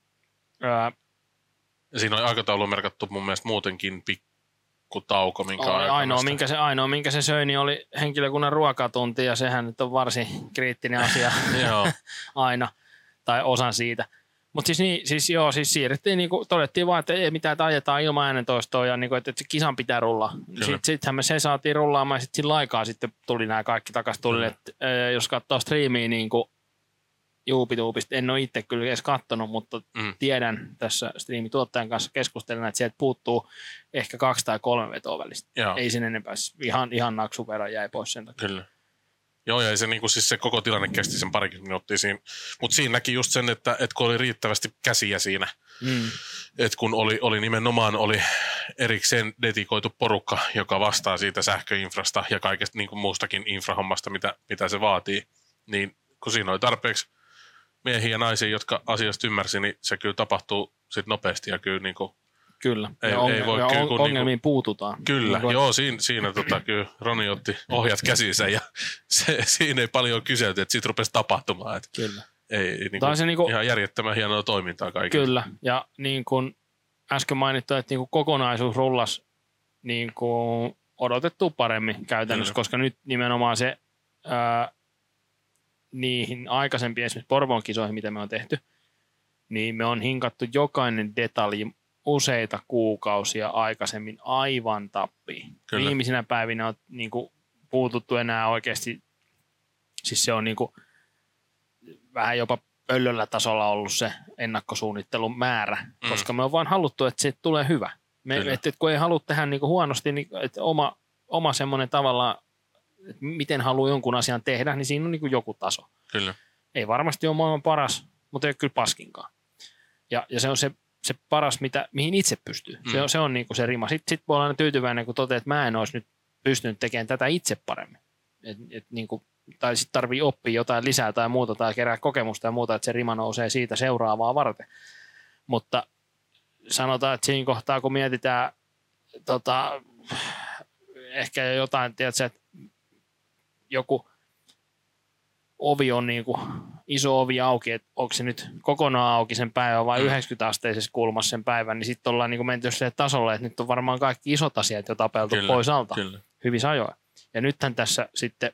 siinä oli aikataulu merkattu mun mielestä muutenkin tauko, minkä ainoa, minkä se söi, niin oli henkilökunnan ruokatunti, ja sehän nyt on varsin kriittinen asia aina, tai osan siitä. Mutta siis siirrettiin, niin kuin todettiin vaan, että ei mitään, että ajetaan ilman äänentoistoa, ja niin kuin, että se kisan pitää rullaa. Sittenhän me se saatiin rullaamaan, ja sitten sillä aikaa sitten tuli nämä kaikki takaisin tulille, että jos katsoo striimiä niin kuin juupituupista, en ole itse kyllä edes katsonut, mutta tiedän tässä striimituottajan kanssa keskustellen, että sieltä puuttuu ehkä 2 tai 3 vetoa välistä. Joo. Ei sen enempää, ihan naksun verran jäi pois sen takia. Kyllä. Joo, ja se, niin siis se koko tilanne kesti sen parikin minuuttia siinä. Mutta siinä näki just sen, että kun oli riittävästi käsiä siinä, että kun oli nimenomaan erikseen dedikoitu porukka, joka vastaa siitä sähköinfrasta ja kaikesta niin kuin muustakin infrahommasta, mitä se vaatii, niin kun siinä oli tarpeeksi miehiä ja naisia, jotka asiasta ymmärsi, niin se kyllä tapahtuu sit nopeasti ja kyllä niin kuin kyllä. Ei voi kyllä ongelmiin niin puututaan. Kyllä, joo, siinä kyllä Roni otti ohjat käsinsä ja siinä ei paljon kyselty, että siitä rupesi tapahtumaan. Että kyllä. Ei niin ihan järjettömän hienoa toimintaa kaikille. Kyllä, ja niin kuin äsken mainittu, että niin kuin kokonaisuus rullasi niin kuin odotettu paremmin käytännössä, kyllä. Koska nyt nimenomaan se niihin aikaisempiin esimerkiksi Porvoon kisoihin, mitä me on tehty, niin me on hinkattu jokainen detalji useita kuukausia aikaisemmin aivan tappiin. Kyllä. Viimeisinä päivinä on niin kuin puututtu enää oikeasti, siis se on niin kuin vähän jopa pöllöllä tasolla ollut se ennakkosuunnittelun määrä, koska me on vaan haluttu, että se tulee hyvä. Että kun ei halua tehdä niinku huonosti, niin että oma semmoinen tavallaan, että miten haluaa jonkun asian tehdä, niin siinä on niinku joku taso. Kyllä. Ei varmasti ole maailman paras, mutta ei ole kyllä paskinkaan. Ja se on se paras, mihin itse pystyy. Se on niinku se rima. Sitten voi olla aina tyytyväinen, kun toteaa, että mä en olisi nyt pystynyt tekemään tätä itse paremmin. Niinku, tai sitten tarvii oppia jotain lisää tai muuta, tai kerää kokemusta ja muuta, että se rima nousee siitä seuraavaa varten. Mutta sanotaan, että siinä kohtaa, kun mietitään ehkä jotain, tiedätkö, että joku ovi on niin kuin iso ovi auki, että onko se nyt kokonaan auki sen päivän vai 90-asteisessa kulmassa sen päivän, niin sitten ollaan niin kuin menty sille tasolle, että nyt on varmaan kaikki isot asiat jo tapeltu pois alta hyvissä ajoin. Ja nythän tässä sitten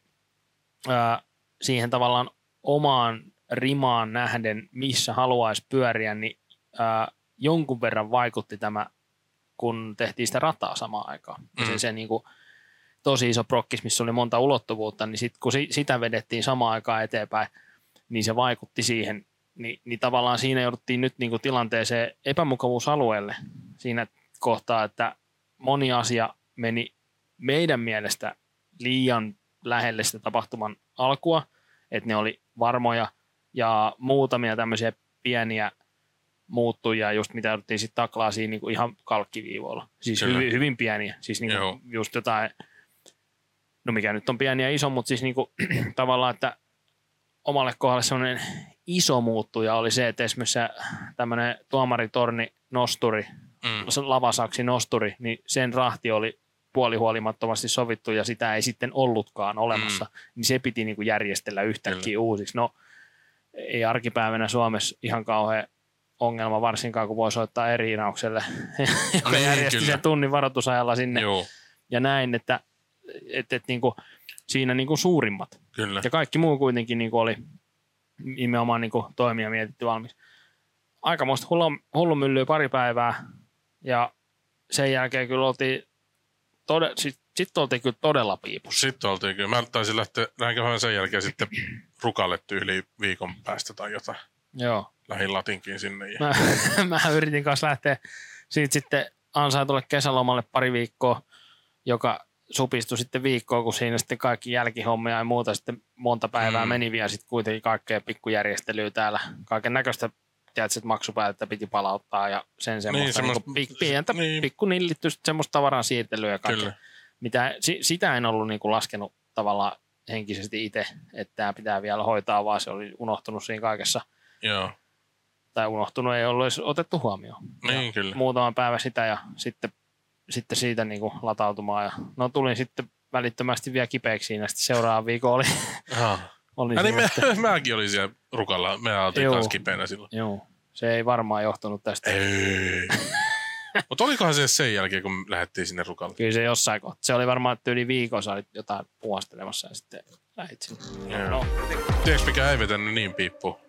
siihen tavallaan omaan rimaan nähden, missä haluaisi pyöriä, niin jonkun verran vaikutti tämä, kun tehtiin sitä rataa samaan aikaan. Se niin kuin tosi iso prokkis, missä oli monta ulottuvuutta, niin sitten kun sitä vedettiin samaan aikaan eteenpäin, niin se vaikutti siihen. Niin tavallaan siinä jouduttiin nyt niin kuin tilanteeseen epämukavuusalueelle siinä kohtaa, että moni asia meni meidän mielestä liian lähelle sitä tapahtuman alkua, että ne oli varmoja ja muutamia tämmöisiä pieniä muuttujia, just mitä jouduttiin sitten taklaa siinä niin kuin ihan kalkkiviivoilla. Siis hyvin pieniä. Siis niin kuin just jotain, no mikä nyt on pieni ja iso, mutta siis niin kuin, tavallaan, että omalle kohdalle semmoinen iso muuttuja oli se, että esimerkiksi tämmöinen tuomaritorni nosturi, lavasaksi nosturi, niin sen rahti oli puolihuolimattomasti sovittu ja sitä ei sitten ollutkaan olemassa, niin se piti niin kuin järjestellä yhtäkkiä uusiksi. No ei arkipäivänä Suomessa ihan kauhean ongelma, varsinkaan kun voi soittaa eri inaukselle, joka järjesti sen tunnin varoitusajalla sinne. Ja näin, että niin kuin, siinä niin kuin suurimmat. Kyllä. Ja kaikki muu kuitenkin niin kuin oli nimenomaan niin kuin toimia mietitty valmis. Aikamoista hullunmyllyä pari päivää ja sen jälkeen kyllä oltiin sitten oltiin kyllä todella piipussa. Sitten oltiin kyllä. Mä taisin lähteä vähän sen jälkeen sitten rukalle tyyliin viikon päästä tai jotain. Joo. Lähin Latinkin sinne. Mä yritin kanssa lähteä siitä sitten ansaitulle kesälomalle pari viikkoa, joka supistui sitten viikkoon, kun siinä sitten kaikki jälkihommia ja muuta sitten monta päivää meni vielä sitten kuitenkin kaikkea pikkujärjestelyä täällä. Kaiken näköistä, tiedätkö, maksupäätettä piti palauttaa ja sen semmoista pientä pikkunillitty semmoista tavaran siirtelyä ja kaikkea. Sitä en ollut niin kuin laskenut tavallaan henkisesti itse, että tämä pitää vielä hoitaa, vaan se oli unohtunut siinä kaikessa. Joo. Tai unohtunut, ei ollut edes otettu huomioon. Niin, kyllä. Muutama päivä sitä ja sitten siitä niin kuin latautumaan. Ja no tulin sitten välittömästi vielä kipeäksi siinä. Sitten seuraavan viikon oli mäkin olin siellä rukalla. Me oltiin taas kipeänä silloin. Joo. Se ei varmaan johtunut tästä. Ei. Mutta olikohan se sen jälkeen, kun lähdettiin sinne rukalle? Kyllä se jossain kohtaa. Se oli varmaan, että yli viikon sä olit jotain puhastelemassa ja sitten lähdit sinne. No. Tiedätkö mikä ei vetänyt niin piippuun?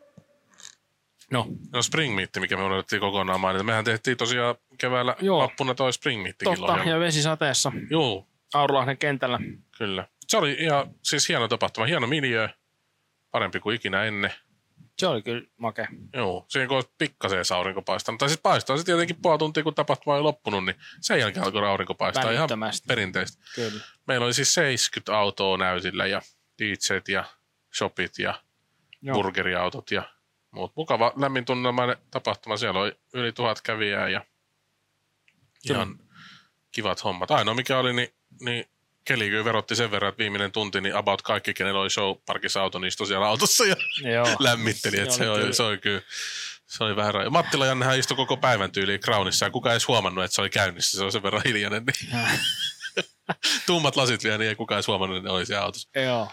No Spring Meet, mikä me unohdettiin kokonaan mainita. Mehän tehtiin tosiaan keväällä vappuna toi Spring Meetikin. Totta, ja vesisateessa. Joo. Aurulahden kentällä. Kyllä. Se oli ihan siis hieno tapahtuma, hieno miljöö, parempi kuin ikinä ennen. Se oli kyllä makea. Joo, siihen kun olisi pikkasen aurinko paistanut. Tai siis paistaa se tietenkin puoli tuntia, kun tapahtuma oli loppunut, niin sen jälkeen alkoi aurinko paistaa ihan perinteistä. Kyllä. Meillä oli siis 70 autoa näytillä ja DJt ja shopit ja burgeriautot ja muut. Mukava lämmin tunnelmainen tapahtuma. Siellä oli yli 1000 kävijää ja ihan kivat hommat. Ainoa mikä oli, niin keli kyllä verotti sen verran, että viimeinen tunti, niin about kaikki, kenellä oli showparkissa auto, niin istui siellä autossa ja lämmitteli. Että se oli kyllä, se oli vähän rajoja. Mattila Jannehan istui koko päivän tyyliin Crownissa ja kukaan ei edes huomannut, että se oli käynnissä. Se oli sen verran hiljainen. Niin. Tummat lasit vielä, niin ei kukaan edes huomannut, että ne oli siellä autossa. Joo.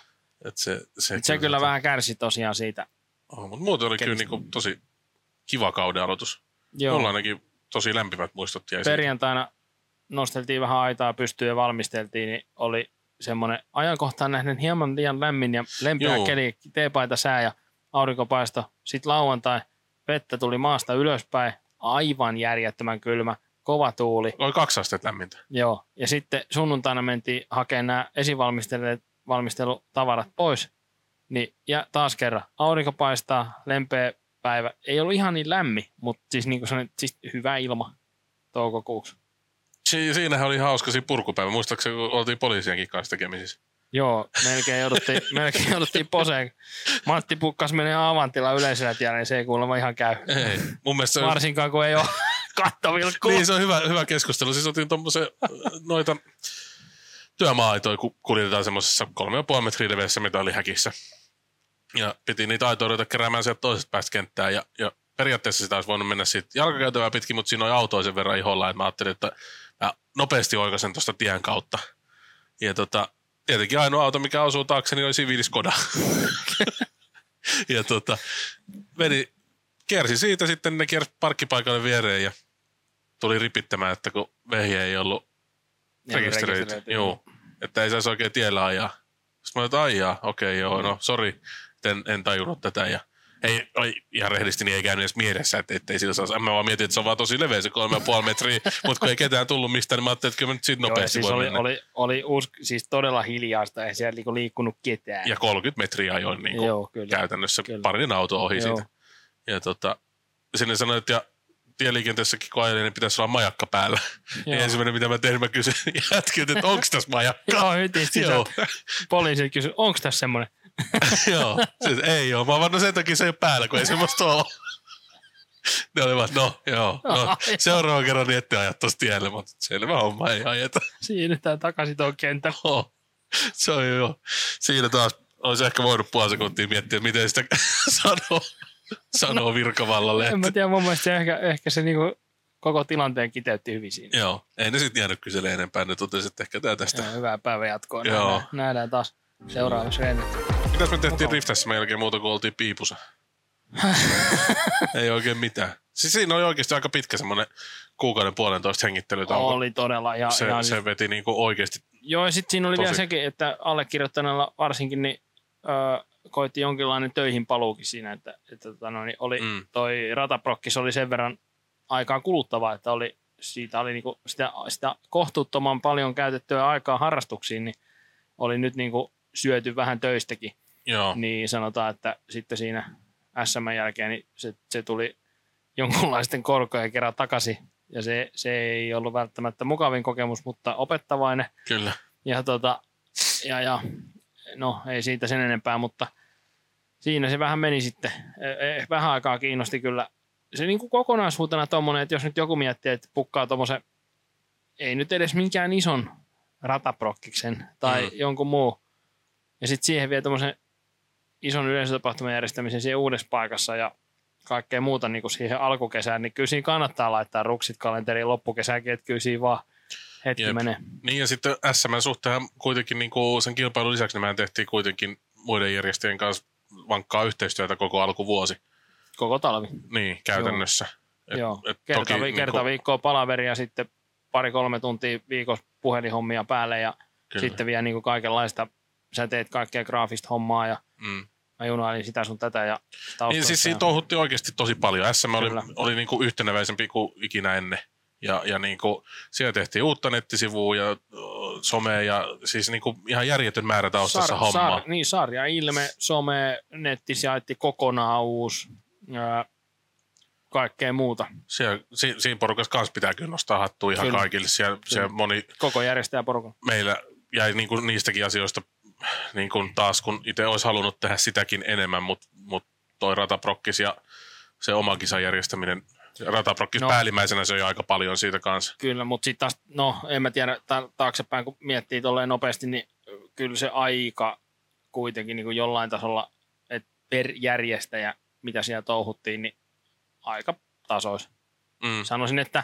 Se kyllä vähän kärsi tosiaan siitä. Mutta muuten oli kyllä niin kuin tosi kiva kauden aloitus. Mulla ainakin tosi lämpimät muistot jäi perjantaina nosteltiin vähän aitaa pystyyn ja valmisteltiin, niin oli semmoinen ajankohtaan nähden hieman liian lämmin ja lempeä keli, teepaita sää ja aurinkopaisto. Sitten lauantai vettä tuli maasta ylöspäin, aivan järjettömän kylmä, kova tuuli. Oli 2 astetta lämmintä. Joo, ja sitten sunnuntaina mentiin hakemaan nämä esivalmistelutavarat pois Niin, ja taas kerran, aurinko paistaa, lempeä päivä. Ei ollut ihan niin lämmin, mutta siis, niin kuin sanoin, siis hyvä ilma toukokuuksi. Siinähän oli hauska siinä purkupäivä. Muistaakseni, kun oltiin poliisienkin kanssa tekemisissä? Joo, melkein jouduttiin poseen. Matti pukkas menee Avantilla yleisellä tiellä, niin se ei kuulemma ihan käy. Ei, mun mielestä varsinkaan kun ei ole kattovilkkua. Niin, se on hyvä keskustelu. Siis otin noita työmaa-aitoja, kun kuljetetaan semmoisessa 3,5 metriä leveässä metallihäkissä. Ja piti niitä aitoja ruveta keräämään sieltä toisesta päästä kenttään. Ja periaatteessa sitä olisi voinut mennä siitä jalkakäytävää pitkin, mutta siinä oli autoja sen verran iholla, että mä ajattelin, että mä nopeasti oikaisen tuosta tien kautta. Ja tietenkin ainoa auto, mikä osuu taakse, niin oli siviili Skoda. Ja kiersi siitä sitten, ne kiersi parkkipaikalle viereen ja tuli ripittämään, että kun vehje ei ollut rekisteröity. Joo, että ei saisi oikein tiellä ajaa. Sitten mä olin, että ajaa, okei, joo, no sori, en tajunnut tätä. Ja ei ihan rehellisesti, niin ei käynyt edes mielessä, että ei sillä saisi. Mä vaan mietin, että se on vaan tosi leveä se 3,5 metriä, mutta kun ei ketään tullut mistään, niin mä ajattelin, että kyllä mä nyt siitä nopeasti siis voi mennä. Oli siis todella hiljaista, ei siellä niinku liikkunut ketään. Ja 30 metriä ajoin niin käytännössä parin auto ohi siitä. Ja sinne sanoin, että tieliikenteessäkin kun ajelin, niin pitäisi olla majakka päällä. Niin ensimmäinen, mitä mä tein, mä kysyin jätkiltä, että onko tässä majakka? Joo, hytistä. Poliisi kysyi, onko tässä semmoinen? Joo, siis ei ole. Mä oon vaan, sen takia se ei ole päällä, kun ei semmoista ole. Ne oli vaan, seuraavan kerran niin ette ajat tuossa tielle, mutta selvä homma, ei ajeta. Siirrytään takaisin tuon kentälle. Se on joo. Siinä taas olisi ehkä voinut puoli sekuntia miettiä, miten sitä sanoo virkavallalle. En mä tiedä, mun mielestä ehkä se niinku koko tilanteen kiteytti hyvin siinä. Joo, ei ne sitten jäänyt kyselemään enempää, ne totesi, että ehkä tää tästä. Joo, hyvää päivänjatkoa. Nähdään taas seuraavassa reenit. Mitäs me tehtiin Riftessä jälkeen muuta kuin oltiin piipussa? Ei oikein mitään. Siis siinä oli oikeasti aika pitkä semmoinen 1,5 hengittelytauko. Oli todella. Ja se veti niinku oikeasti. Joo, ja sitten siinä oli vielä sekin, että allekirjoittaneella varsinkin niin, koitti jonkinlainen töihin paluukin siinä, että oli toi rataprokkis oli sen verran aikaa kuluttavaa, että siitä oli niinku sitä kohtuuttoman paljon käytettyä aikaa harrastuksiin, niin oli nyt niinku syöty vähän töistäkin. Joo. Niin sanotaan, että sitten siinä SM jälkeen niin se tuli jonkunlaisten korkojen kerran takaisin. Ja se ei ollut välttämättä mukavin kokemus, mutta opettavainen. Kyllä. Ja no ei siitä sen enempää, mutta siinä se vähän meni sitten. Vähän aikaa kiinnosti kyllä. Se niin kuin kokonaisuutena tommonen, että jos nyt joku miettii, että pukkaa tommosen, ei nyt edes minkään ison rataprokkiksen tai jonkun muu. Ja sitten siihen vie tommosen ison yleisötapahtuman järjestämisen siihen uudessa paikassa ja kaikkea muuta niin kuin siihen alkukesään, niin kyllä siinä kannattaa laittaa ruksit kalenteriin loppukesäänkin, että kyllä siinä vaan hetki menee. Niin ja sitten SM:n suhteen kuitenkin niin kuin sen kilpailun lisäksi niin mehän tehtiin kuitenkin muiden järjestöjen kanssa vankkaa yhteistyötä koko alkuvuosi. Koko talvi. Niin, käytännössä. Joo, kerta viikkoa palaveria, sitten 2-3 tuntia viikossa puhelinhommia päälle ja sitten vielä niin kuin kaikenlaista, sä teet kaikkea graafista hommaa ja mä junailin sitä sun tätä. Ja niin siis siinä touhutti oikeasti tosi paljon. SM oli niin kuin yhteneväisempi kuin ikinä ennen. Ja niin kuin, siellä tehtiin uutta nettisivua ja somea ja siis niin kuin ihan järjetön määrä taustassa hommaa. Sarja, ilme, some, nettisaitti kokonaan uusi ja kaikkea muuta. Siinä porukassa kanssa pitää kyllä nostaa hattua ihan kaikille. Siellä moni koko järjestäjäporukka. Meillä jäi niin kuin niistäkin asioista niin kuin taas, kun itse olisi halunnut tehdä sitäkin enemmän, mutta toi rataprokkis ja se oma kisan järjestäminen, rataprokkis päällimmäisenä se on jo aika paljon siitä kanssa. Kyllä, mutta sitten taas, en mä tiedä, taaksepäin kun miettii tolleen nopeasti, niin kyllä se aika kuitenkin niin kuin jollain tasolla, että per järjestäjä, mitä siellä touhuttiin, niin aika tasois. Sanoisin, että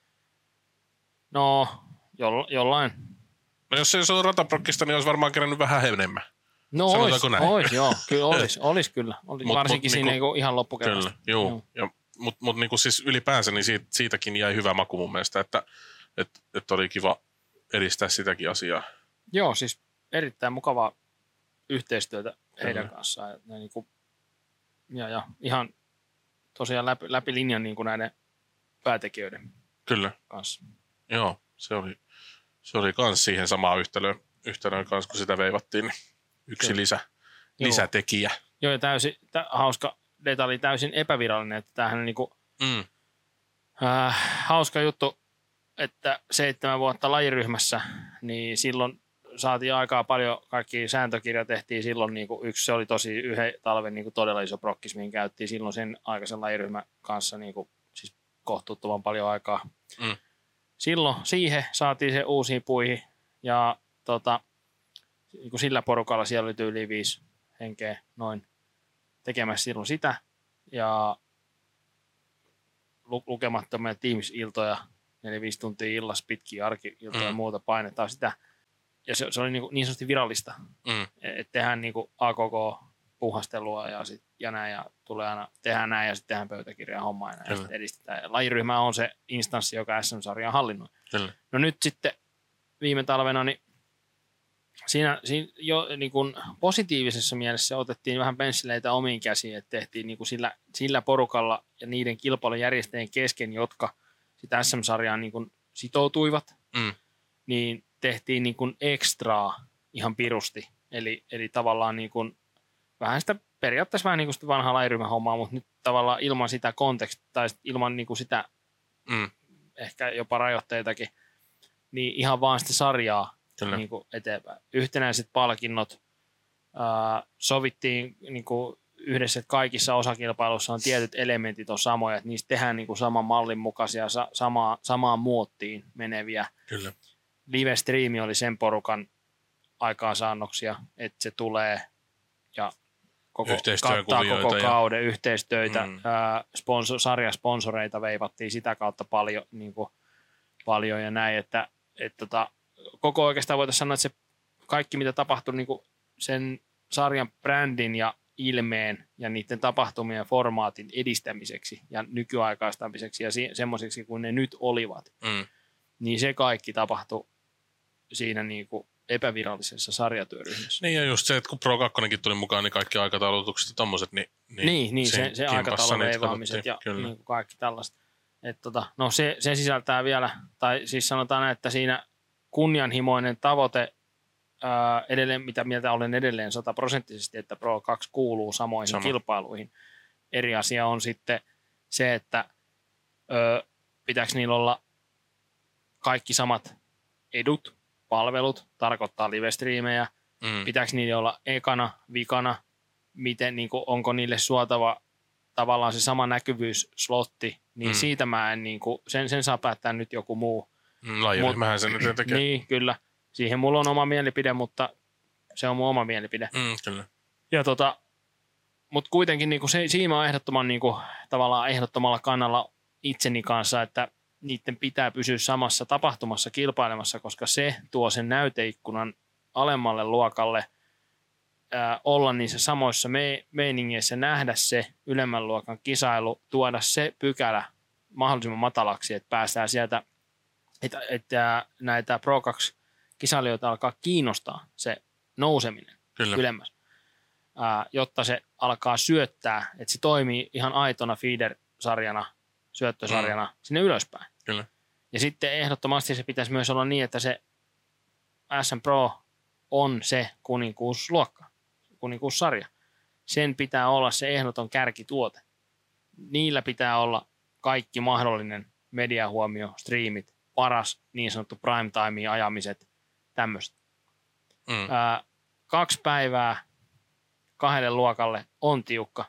jollain. No jos se olisi ollut rataprokkista, niin olisi varmaan kerännyt vähän enemmän. No olisi, joo. Kyllä olisi kyllä. Varsinkin siinä niin ihan loppukerrasta. Kyllä, joo. Mutta niin siis ylipäänsä niin siitäkin jäi hyvä maku mun mielestä, että oli kiva edistää sitäkin asiaa. Joo, siis erittäin mukavaa yhteistyötä heidän kanssaan. Ja ihan tosiaan läpi linjan niin kuin näiden päätekijöiden kanssa. Joo, se oli kans siihen samaan yhtälöön kanssa, kun sitä veivattiin, niin yksi lisä. lisätekijä. Joo, ja täysin hauska detalji, täysin epävirallinen, että tämähän on niinku, hauska juttu, että 7 vuotta lajiryhmässä, niin silloin saatiin aikaa paljon, kaikki sääntökirja tehtiin silloin, niinku, yksi se oli tosi yhden talven niinku todella iso prokkis, mihin käyttiin silloin sen aikaisen lajiryhmän kanssa niinku, siis kohtuuttoman paljon aikaa. Silloin siihen saatiin se uusiin puihin ja niin sillä porukalla siellä oli yli 5 henkeä noin tekemässä silloin sitä ja lukemattomia Teams-iltoja, 4-5 tuntia illassa, pitkiä arki-iltoja ja muuta painetaan sitä. Ja se oli niin sanotusti virallista, että tehdään niin AKK-puhastelua ja näin ja tulee aina, tehdään näin ja sitten tehdään pöytäkirjaa hommaa ja sitten edistetään. Ja lajiryhmä on se instanssi, joka SM-sarjaa hallinnoi. Kyllä. No nyt sitten viime talvena, niin siinä jo niin kuin positiivisessa mielessä otettiin vähän pensseleitä omiin käsiin, että tehtiin niin kuin sillä porukalla ja niiden kilpailujärjestäjien kesken, jotka sitä SM-sarjaan niin kuin sitoutuivat, niin tehtiin niin kuin ekstraa ihan pirusti. Eli tavallaan niin kuin vähän sitä, periaatteessa vähän niin kuin sitä vanhaa lajiryhmän hommaa, mutta nyt tavallaan ilman sitä kontekstia tai ilman niin kuin sitä ehkä jopa rajoitteitakin, niin ihan vaan sitä sarjaa niin kuin eteenpäin. Yhtenäiset palkinnot sovittiin niin kuin yhdessä, että kaikissa osakilpailuissa on tietyt elementit on samoja, että niistä tehdään niin kuin saman mallin mukaisia, samaan muottiin meneviä. Kyllä. Live-striimi oli sen porukan aikaansaannoksia, että se tulee ja kattaa koko kauden yhteistöitä. Sarjasponsoreita veivattiin sitä kautta paljon ja näin, että koko oikeastaan voitaisiin sanoa, että se kaikki mitä tapahtui niin kuin sen sarjan brändin ja ilmeen ja niiden tapahtumien ja formaatin edistämiseksi ja nykyaikaistamiseksi ja semmoiseksi kuin ne nyt olivat, niin se kaikki tapahtui siinä niin kuin epävirallisessa sarjatyöryhmässä. Niin ja just se, että kun Pro 2 tuli mukaan, niin kaikki aikataulutukset ja tommoset, niin se aikataulun veivaamiset ja niin kuin kaikki tällaista. No se sisältää vielä, tai siis sanotaan, että siinä kunnianhimoinen tavoite edelleen, mitä mieltä olen edelleen 100%, että Pro 2 kuuluu samoihin kilpailuihin. Eri asia on sitten se, että pitääkö niillä olla kaikki samat edut, palvelut, tarkoittaa live-striimejä, pitääkö niillä olla ekana, vikana, miten, niin kuin, onko niille suotava tavallaan se sama näkyvyys-slotti, niin siitä mä en, niin kuin, sen saa päättää nyt joku muu. Lajiryhmähän sen nyt tekee. Niin, kyllä. Siihen mulla on oma mielipide, mutta se on mun oma mielipide. Kyllä. Ja mutta kuitenkin niin kuin siinä on ehdottoman niin kuin, tavallaan ehdottomalla kannalla itseni kanssa, että niiden pitää pysyä samassa tapahtumassa kilpailemassa, koska se tuo sen näyteikkunan alemmalle luokalle olla niissä samoissa meiningeissä, nähdä se ylemmän luokan kisailu, tuoda se pykälä mahdollisimman matalaksi, että päästään sieltä, että näitä Pro 2 kisailijoita alkaa kiinnostaa se nouseminen ylemmäs, jotta se alkaa syöttää, että se toimii ihan aitona feeder-sarjana, syöttösarjana sinne ylöspäin. Kyllä. Ja sitten ehdottomasti se pitäisi myös olla niin, että se SM Pro on se kuninkuusluokka, kuninkuussarja. Sen pitää olla se ehdoton kärkituote. Niillä pitää olla kaikki mahdollinen mediahuomio, striimit, paras niin sanottu prime time ajamiset, tämmöistä. 2 päivää 2 luokalle on tiukka.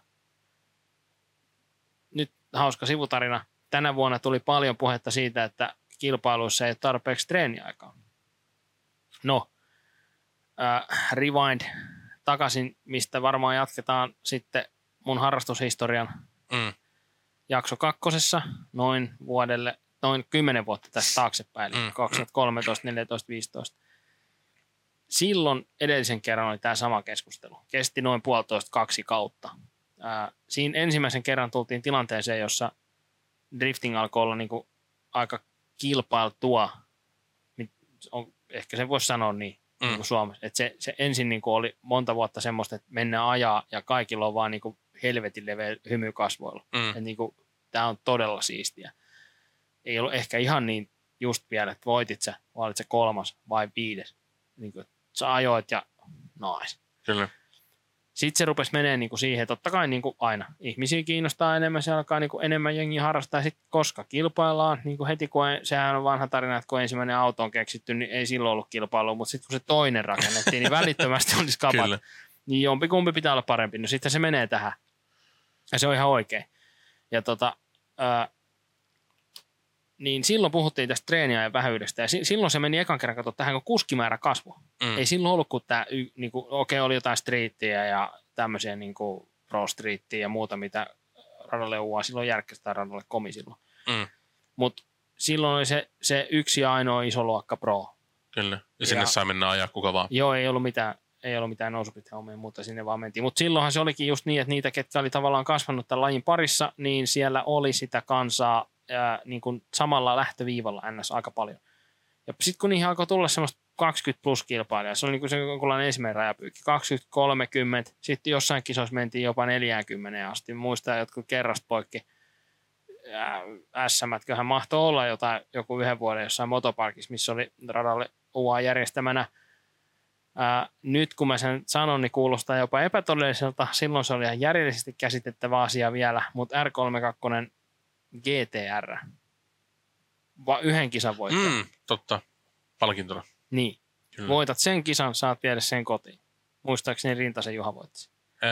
Nyt hauska sivutarina. Tänä vuonna tuli paljon puhetta siitä, että kilpailuissa ei ole tarpeeksi treeniaikaa. No, rewind takaisin, mistä varmaan jatketaan sitten mun harrastushistorian jakso 2, noin 10 vuotta tästä taaksepäin, eli 2013, 14, 15. Silloin edellisen kerran oli tämä sama keskustelu. Kesti noin 1,5–2 kautta. Siinä ensimmäisen kerran tultiin tilanteeseen, jossa drifting alkoi olla niinku aika kilpailtua. Ehkä sen voisi sanoa niin kuin Suomessa. Että se ensin niinku oli monta vuotta semmoista, että mennään ajaa ja kaikilla on vaan niinku helvetin leveä hymy kasvoilla. Niinku, tämä on todella siistiä. Ei ollut ehkä ihan niin just vielä, että voitit sä, vai olit sä 3. vai 5. Niin kuin, sä ajoit ja nice. Kyllä. Sitten se rupesi menee niinku siihen, totta kai niinku aina ihmisiä kiinnostaa enemmän, se alkaa niinku enemmän jengiä harrastaa. Sitten koska kilpaillaan, niinku heti kun sehän on vanha tarina, että kun ensimmäinen auto on keksitty, niin ei silloin ollut kilpailua, mutta sitten kun se toinen rakennettiin, niin välittömästi olisi kapat. Kyllä. Niin jompikumpi pitää olla parempi. No sitten se menee tähän. Ja se on ihan oikein. Ja niin silloin puhuttiin tästä treeniä ja vähyydestä. Ja silloin se meni ekan kerran katsoa tähän, kun kuskimäärä kasvoi. Ei silloin ollut kuin tämä, niinku, oli jotain streettiä ja tämmöisiä niinku pro streettiä ja muuta, mitä radalle uaa. Silloin järkkästään radalle komi silloin. Mutta silloin oli se yksi ja ainoa iso luokka pro. Kyllä. Ja sinne saa mennä ajaa kuka vaan. Joo, ei ollut mitään nousupithommia, mutta sinne vaan mentiin. Mutta silloinhan se olikin just niin, että niitä, ketkä oli tavallaan kasvanut tämän lajin parissa, niin siellä oli sitä kansaa niin kuin samalla lähtöviivalla ns. Aika paljon. Ja sitten kun niihin alkoi tulla semmoista 20 plus kilpailijaa, se oli niin kuin se jonkunlainen ensimmäinen rajapyykki, 20, 30, sitten jossain kisoissa mentiin jopa 40 asti. Muistan jotkut kerrasta poikki SM-tköhän mahtoi olla joku yhden vuoden jossain motoparkissa, missä oli radalle UA järjestämänä. Nyt kun mä sen sanon, niin kuulostaa jopa epätodelliselta. Silloin se oli ihan järjellisesti käsitettävä asia vielä, mutta R32 GTR. Yhden kisan voittaa. Totta. Palkintona. Niin. Kyllä. Voitat sen kisan, saat viedä sen kotiin. Muistaakseni Rintasen Juha voitti.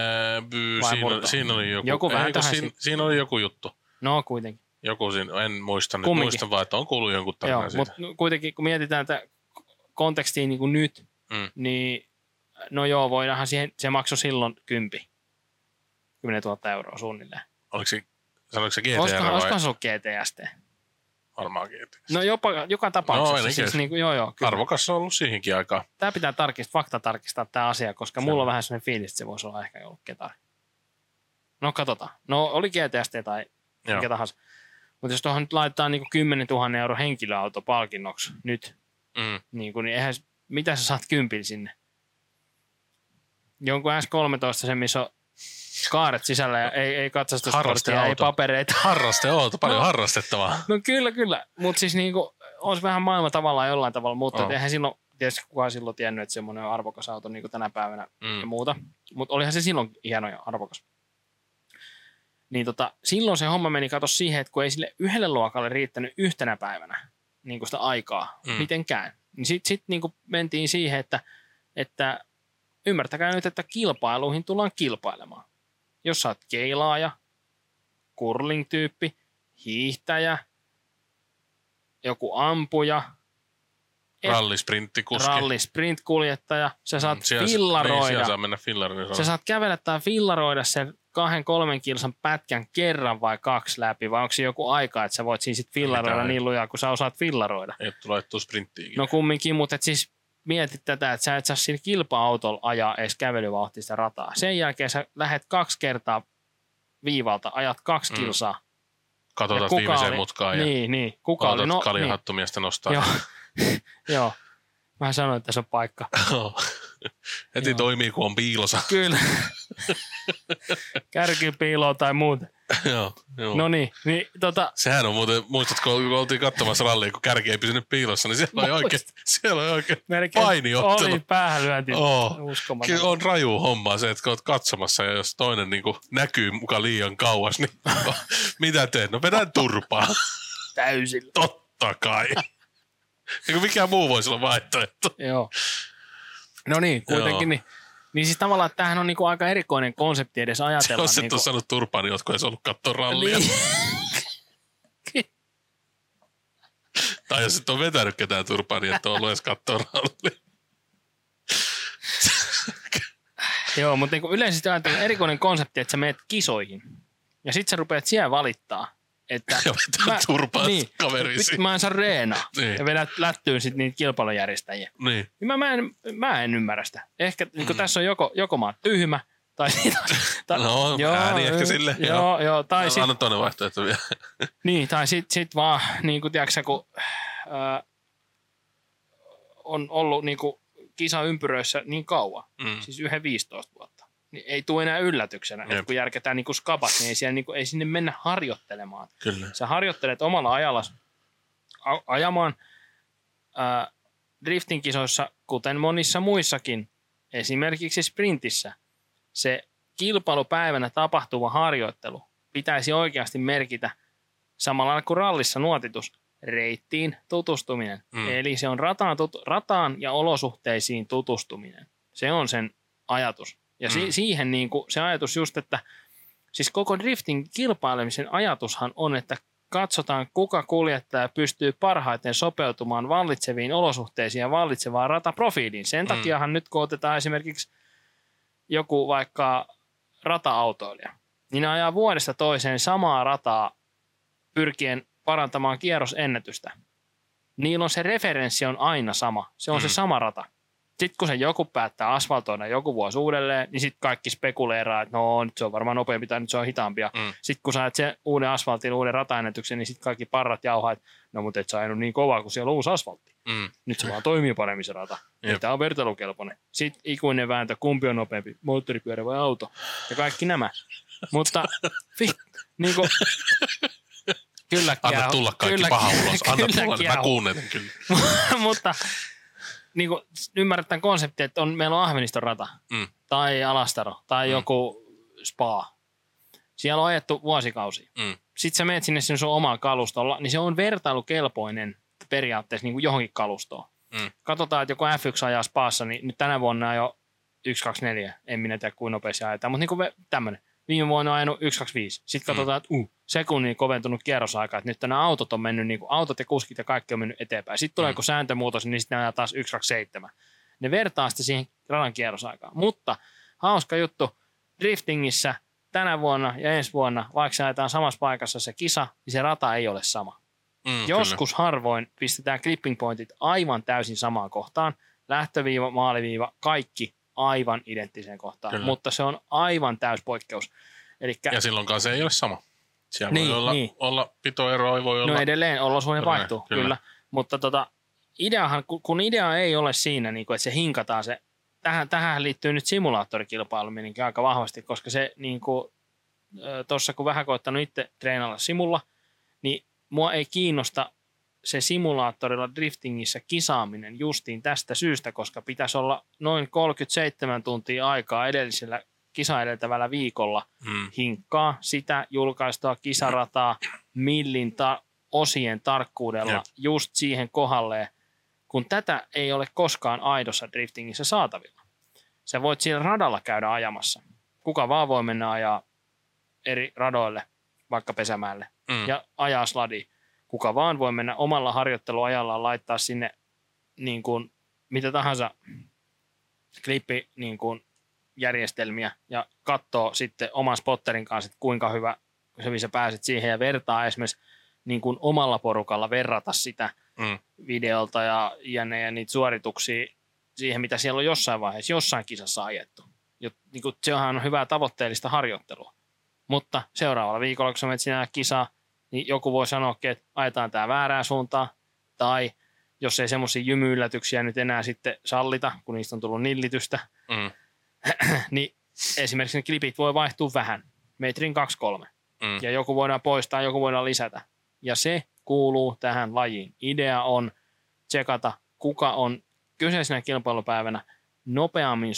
Siinä oli joku siinä oli joku juttu. No kuitenkin. Joku siinä, en muista nyt. Muistan vaan, että on kuullut jonkun tarinan siitä. Mutta kuitenkin kun mietitään tätä kontekstia niin kuin nyt, niin no joo, voidaanhan siihen, se maksoi silloin 10 000 euroa suunnilleen. Sanoiko se GTR Olisiko se ollut GTST? Varmaan GTST. No joka tapauksessa. No, siis niin kuin, joo, kyllä. Arvokas on ollut siihenkin aikaan. Tämä pitää faktatarkistaa tämä asia, koska mulla on vähän sellainen fiilis, että se voisi olla ehkä ollut ketari. No katsotaan. No oli GTST tai mikä tahansa. Mutta jos tuohon nyt laitetaan niin kuin 10 000 euro henkilöauto palkinnoksi nyt, niin eihän, mitä sä saat 10 sinne? Jonkun S13, se missä on kaaret sisällä ja ei katsastuskorttia, ei papereita. Harrasteauto, paljon harrastettavaa. No kyllä. Mutta siis niinku, olisi vähän maailma tavallaan jollain tavalla, mutta eihän silloin, tietysti kukaan silloin tiennyt, että semmoinen on arvokas auto niin kuin tänä päivänä ja muuta. Mutta olihan se silloin hieno ja arvokas. Niin silloin se homma meni kato siihen, että kun ei sille yhdelle luokalle riittänyt yhtenä päivänä niin kuin sitä aikaa mitenkään, niin sitten niin kuin mentiin siihen, että ymmärtäkää nyt, että kilpailuihin tullaan kilpailemaan. Jos sä oot keilaaja, curling-tyyppi, hiihtäjä, joku ampuja, rallisprint-kuljettaja, sä saat fillaroida. Sä saat kävellä tai fillaroida sen 2-3 kilsan pätkän kerran vai 2 läpi, vai onko se joku aika, että sä voit siinä sit fillaroida niin lujaa, kun sä osaat fillaroida? Ei tule laittua sprinttiinkin. No kumminkin, mutta siis mietit tätä, että sä et saa sillä kilpa-autolla ajaa edes kävelyvauhtista rataa. Sen jälkeen sä lähet 2 kertaa viivalta, ajat 2 kilsaa. Katsotaan viimeiseen mutkaan ja kuka oli? No, kaljahattomiestä nostaa. Joo. Mä sanoin, että tässä on paikka. Heti toimii, kun on piilossa. Kyllä. Kärkipiiloa tai muuta. Joo. No niin. Sehän on muuten, muistatko, kun oltiin katsomassa rallia, kun kärki ei pysynyt piilossa, niin siellä oli oikein painiottelu. Oli päähänlyönti. Uskomaton. Kyllä on raju homma se, että kun olet katsomassa ja jos toinen niin kuin näkyy muka liian kauas, niin mitä teet? No vedän turpaa. Täysillä. Totta kai. Eikö mikään muu voisi olla vaihtoehto? Joo. No niin, kuitenkin niin siis tavallaan, että tämähän on niinku aika erikoinen konsepti edes ajatella. Jos et ole saanut turpaa, niin ootko edes ollut katsoa rallia. Niin. Tai jos et ole vetänyt ketään turpaa, niin et ole ollut edes katsoa rallia. Joo, mutta niinku yleisesti ajatellaan erikoinen konsepti, että sä menet kisoihin. Ja sit sä rupeat siellä valittaa. Että ja vetää turpaa kaverisi. Mä en saa reenaa. Niin. Ja vedät lättyyn sit niitä kilpailujärjestäjiä. Niin. Mä en ymmärrä sitä. Ehkä niin tässä on joko mä oon tyhmä, tai no, ääni ehkä sille. Joo. Tai anna toinen vaihtoehto vielä. Niin, tai sit vaan, niin kuin tiedätkö kun on ollut niin kuin kisaympyröissä niin kauan, siis 15 vuotta. Niin ei tule enää yllätyksenä, että kun järketään niin kuin skabat, niin ei, siellä, niin kuin, ei sinne mennä harjoittelemaan. Kyllä. Sä harjoittelet omalla ajalla ajamaan drifting kisoissa, kuten monissa muissakin, esimerkiksi sprintissä, se kilpailupäivänä tapahtuva harjoittelu pitäisi oikeasti merkitä samalla kuin rallissa nuotitus reittiin tutustuminen. Eli se on rataan ja olosuhteisiin tutustuminen. Se on sen ajatus. Ja siihen niin kuin se ajatus just, että siis koko driftin kilpailemisen ajatushan on, että katsotaan, kuka kuljettaja pystyy parhaiten sopeutumaan vallitseviin olosuhteisiin ja vallitsevaan rataprofiiliin. Sen takiahan nyt, kun otetaan esimerkiksi joku vaikka rata-autoilija, niin ne ajaa vuodesta toiseen samaa rataa pyrkien parantamaan kierrosennätystä. Niillä on se referenssi on aina sama. Se on se sama rata. Sitten kun se joku päättää asfaltoida joku vuosi uudelleen, niin sitten kaikki spekuleeraa, että no nyt se on varmaan nopeampi tai nyt se on hitaampia. Sitten kun saat sen uuden asfaltin, uuden rataennätyksen, niin sitten kaikki parrat jauhaa, että no mutta et sä ajanut niin kovaa, kun siellä on uusi asfaltti. Nyt se vaan toimii paremmin se rata. Tämä on vertailukelpoinen. Sitten ikuinen vääntö, kumpi on nopeampi, moottoripyörä vai auto. Ja kaikki nämä. Mutta niin kuin, kyllä anna tulla kaikki paha ulos. Anna tulla, niin mä kuunnelen kyllä. Mutta niin kuin ymmärrät tämän konseptin, että meillä on Ahveniston rata tai Alastaro tai joku spa. Siellä on ajettu vuosikausia. Sitten sä menet sinne sun omaan kalustolla, niin se on vertailukelpoinen periaatteessa niin kuin johonkin kalustoon. Katsotaan, että joku F1 ajaa spaassa, niin nyt tänä vuonna jo 1.24. En minä tiedä, kuinka nopeasti ajetaan, mutta niin tämmöinen. Viime vuonna on ajanut 1.25. Sitten katsotaan, että sekunnin koventunut kierrosaika, että nyt nämä autot on mennyt, niin kuin autot ja kuskit ja kaikki on mennyt eteenpäin. Sitten tulee joku sääntömuutos, niin sitten nämä taas 1.27. Ne vertaa sitten siihen radan kierrosaikaan. Mutta hauska juttu, driftingissä tänä vuonna ja ensi vuonna, vaikka se ajetaan samassa paikassa se kisa, niin se rata ei ole sama. Joskus harvoin pistetään clipping pointit aivan täysin samaan kohtaan. Lähtöviiva, maaliviiva, kaikki aivan identtiseen kohtaan, kyllä. Mutta se on aivan täys poikkeus. Ja silloinkaan se ei ole sama. Siellä voi olla pitoeroa, voi olla. No edelleen olosuhde vaihtuu, kyllä. Mutta ideahan, kun idea ei ole siinä, niin kuin, että se hinkataan se, tähän liittyy nyt simulaattorikilpailuminenkin aika vahvasti, koska se niin tuossa kun vähän koittanut itse treenalla simulla, niin mua ei kiinnosta se simulaattorilla driftingissä kisaaminen justiin tästä syystä, koska pitäisi olla noin 37 tuntia aikaa edellisellä kisa edeltävällä viikolla hinkkaa sitä julkaistua kisarataa millin osien tarkkuudella just siihen kohdalleen, kun tätä ei ole koskaan aidossa driftingissä saatavilla. Sä voit siellä radalla käydä ajamassa. Kuka vaan voi mennä ajaa eri radoille, vaikka Pesämäelle, ja ajaa sladia. Kuka vaan voi mennä omalla harjoitteluajallaan laittaa sinne niin kuin, mitä tahansa klippi niin kuin, järjestelmiä ja katsoo sitten oman spotterin kanssa, että kuinka hyvin sä pääset siihen ja vertaa esimerkiksi niin kuin omalla porukalla verrata sitä videolta ja niitä suorituksia siihen, mitä siellä on jossain vaiheessa, jossain kisassa ajettu. Niin kuin, sehän on hyvää tavoitteellista harjoittelua. Mutta seuraavalla viikolla, kun sä menet sinä kisaa, niin joku voi sanoa, että ajetaan tämä väärään suuntaan, tai jos ei semmoisia jymyyllätyksiä nyt enää sitten sallita, kun niistä on tullut nillitystä, niin esimerkiksi ne klipit voi vaihtua vähän, metrin 2-3, ja joku voidaan poistaa, joku voidaan lisätä, ja se kuuluu tähän lajiin. Idea on tsekata, kuka on kyseisenä kilpailupäivänä nopeammin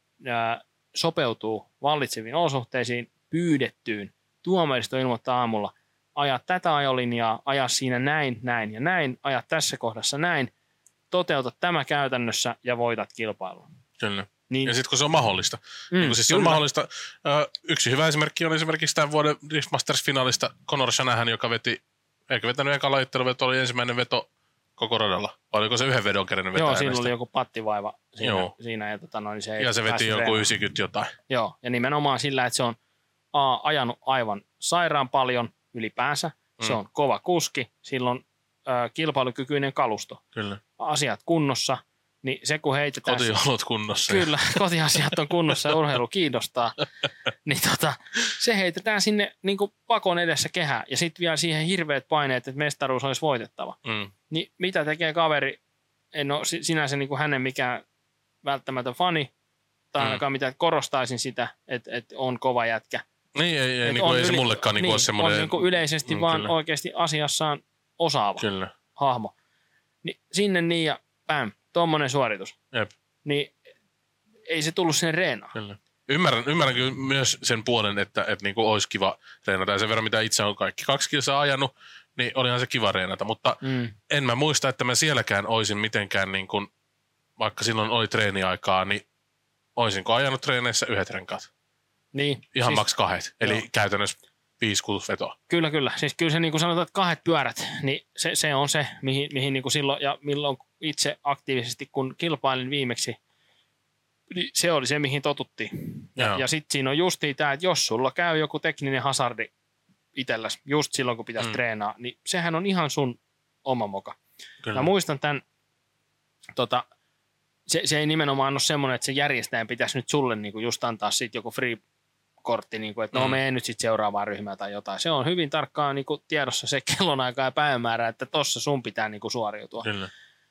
sopeutuu vallitseviin olosuhteisiin pyydettyyn. Tuomaristo ilmoittaa aamulla, ajaa tätä ajolinjaa, ajaa siinä näin, näin ja näin, ajaa tässä kohdassa näin, toteuta tämä käytännössä ja voitat kilpailun. Kyllä. Niin. Ja sitten kun se on mahdollista. Niin siis se on mahdollista. Yksi hyvä esimerkki on esimerkiksi tämän vuoden Drift Masters-finaalista Conor Shanahan, joka eikö vetänyt eka lajitteluveto, oli ensimmäinen veto koko radalla. Vai oliko se yhden vedon kerran vetää? Joo, siinä oli joku pattivaiva siinä ja se veti joku 90 jotain. Joo, ja nimenomaan sillä, että se on ajanut aivan sairaan paljon ylipäänsä. Se on kova kuski, sillä on kilpailukykyinen kalusto. Kyllä. Asiat kunnossa, niin se kun heitetään... Kotiolot kunnossa. Kyllä, kotiasiat on kunnossa ja urheilu kiinnostaa. Niin se heitetään sinne niin kuin pakon edessä kehään ja sitten vielä siihen hirveät paineet, että mestaruus olisi voitettava. Niin mitä tekee kaveri? En ole sinänsä niin kuin hänen mikään välttämätön fani, tai ainakaan mitä korostaisin sitä, että on kova jätkä. Niin, ei se mullekaan ole semmoinen... On niin kuin yleisesti vaan kyllä. Oikeasti asiassaan osaava kyllä. Hahmo. Niin sinne niin ja tommonen suoritus. Jep. Niin ei se tullut sinne reenaan. Kyllä. Ymmärrän kyllä myös sen puolen, että niinku olisi kiva treenata. Ja sen verran, mitä itse on kaikki 2 kilsaa ajanut, niin olihan se kiva treenata. Mutta en mä muista, että mä sielläkään olisin mitenkään, niin kuin, vaikka silloin oli treeniaikaa, niin olisinko ajanut treeneissä 1 renkaat. Niin. Ihan siis, maks 2. Eli joo. Käytännössä 5-6 vetoa. Kyllä. Siis kyllä se niin kuin sanotaan, että 2 pyörät, niin se on se, mihin niin kuin silloin, ja milloin itse aktiivisesti, kun kilpailin viimeksi, niin se oli se, mihin totuttiin. Ja sitten siinä on justiin tämä, että jos sulla käy joku tekninen hazardi itselläsi just silloin, kun pitäisi treenaa, niin sehän on ihan sun oma moka. Kyllä. Mä muistan tämän, se ei nimenomaan ole semmoinen, että se järjestäjän pitäisi nyt sulle niinku just antaa siitä joku free-kortti, niinku, että no mene nyt sitten seuraavaan ryhmään tai jotain. Se on hyvin tarkkaan niinku tiedossa se kellonaika ja päivämäärä, että tossa sun pitää niinku suoriutua. Kyllä.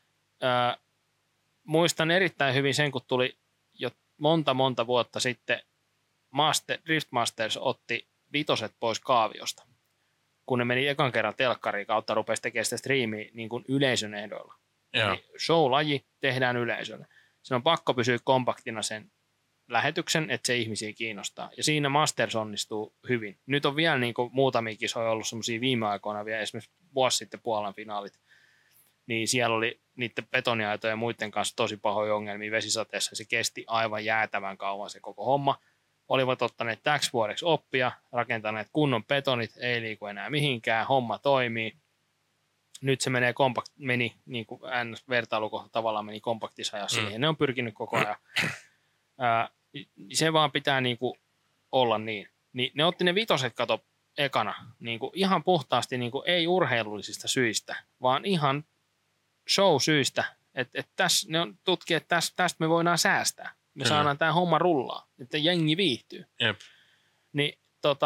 Muistan erittäin hyvin sen, kun tuli jo monta vuotta sitten Drift Masters otti 5 pois kaaviosta, kun ne meni ekan kerran telkkariin kautta rupesi tekemään sitä striimiä niin kuin yleisön ehdoilla. Eli show-laji tehdään yleisölle. Sen on pakko pysyä kompaktina sen lähetyksen, että se ihmisiä kiinnostaa. Ja siinä Masters onnistuu hyvin. Nyt on vielä niin kuin muutamia kisoja ollut semmoisia viime aikoina vielä, esimerkiksi vuosi sitten Puolan finaalit. Niin siellä oli niiden betoniaitojen ja muiden kanssa tosi pahoja ongelmia vesisateessa. Se kesti aivan jäätävän kauan se koko homma. Olivat ottaneet täksi vuodeksi oppia, rakentaneet kunnon betonit, ei liiku enää mihinkään, homma toimii. Nyt se meni niin kuin vertailukohta tavallaan meni kompaktisajassa, siihen ne on pyrkinyt koko ajan. Se vaan pitää niin kuin olla niin. Ne otti ne 5 kato ekana niin kuin ihan puhtaasti niin kuin ei urheilullisista syistä, vaan ihan show-syistä. Että tässä ne on tutki, että tästä me voidaan säästää. Me saadaan tämä homma rullaa, että jengi viihtyy. Jep. Niin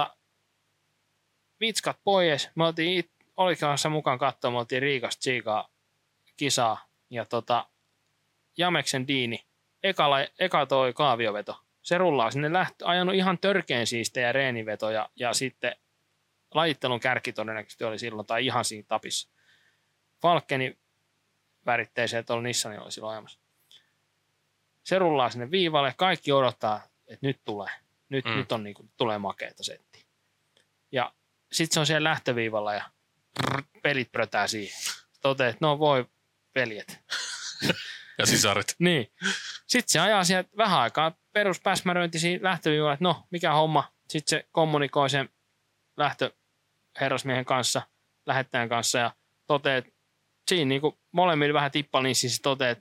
vitskat pois. Me oltiin olikohan mukaan katsoa, me oltiin Riikasta Tsiikaa kisaa. Ja Jameksen Diini, eka toi kaavioveto. Se rullaa sinne ajanut ihan törkeen siistejä reenivetoja. Ja sitten lajittelun kärki todennäköisesti oli silloin, tai ihan siinä tapissa. Falkeni väritteisiä tuolla Nissanilla oli silloin ajamassa. Se rullaa sinne viivalle, kaikki odottaa, että nyt tulee. Nyt on niinku, tulee makeata settiä. Ja sitten se on siellä lähtöviivalla ja pelit prötää siihen. Toteet, että no voi veljet. Ja sisaret. Niin. Sitten se ajaa sieltä vähän aikaa peruspäsmäröinti siinä lähtöviivalla, että no mikä homma. Sitten se kommunikoi sen lähtöherrasmiehen kanssa, lähettäjän kanssa ja toteet, siinä niinku molemmilla vähän tippalinssi toteet,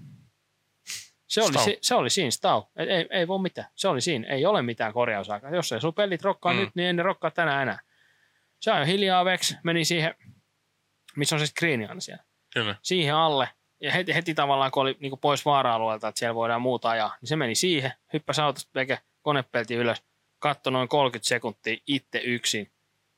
se oli siinä, stau. Ei voi mitään. Se oli siinä. Ei ole mitään korjausaikaa. Jos ei sun pelit rokkaa nyt, niin ei ne rokkaa tänään enää. Se on hiljaa veks, meni siihen, missä on se screeni aina siellä. Kyllä. Siihen alle. Ja heti tavallaan, kun oli niin pois vaara-alueelta, että siellä voidaan muuta ajaa, niin se meni siihen, hyppäsi autosta veke, konepelti ylös, katsoi noin 30 sekuntia itse yksin.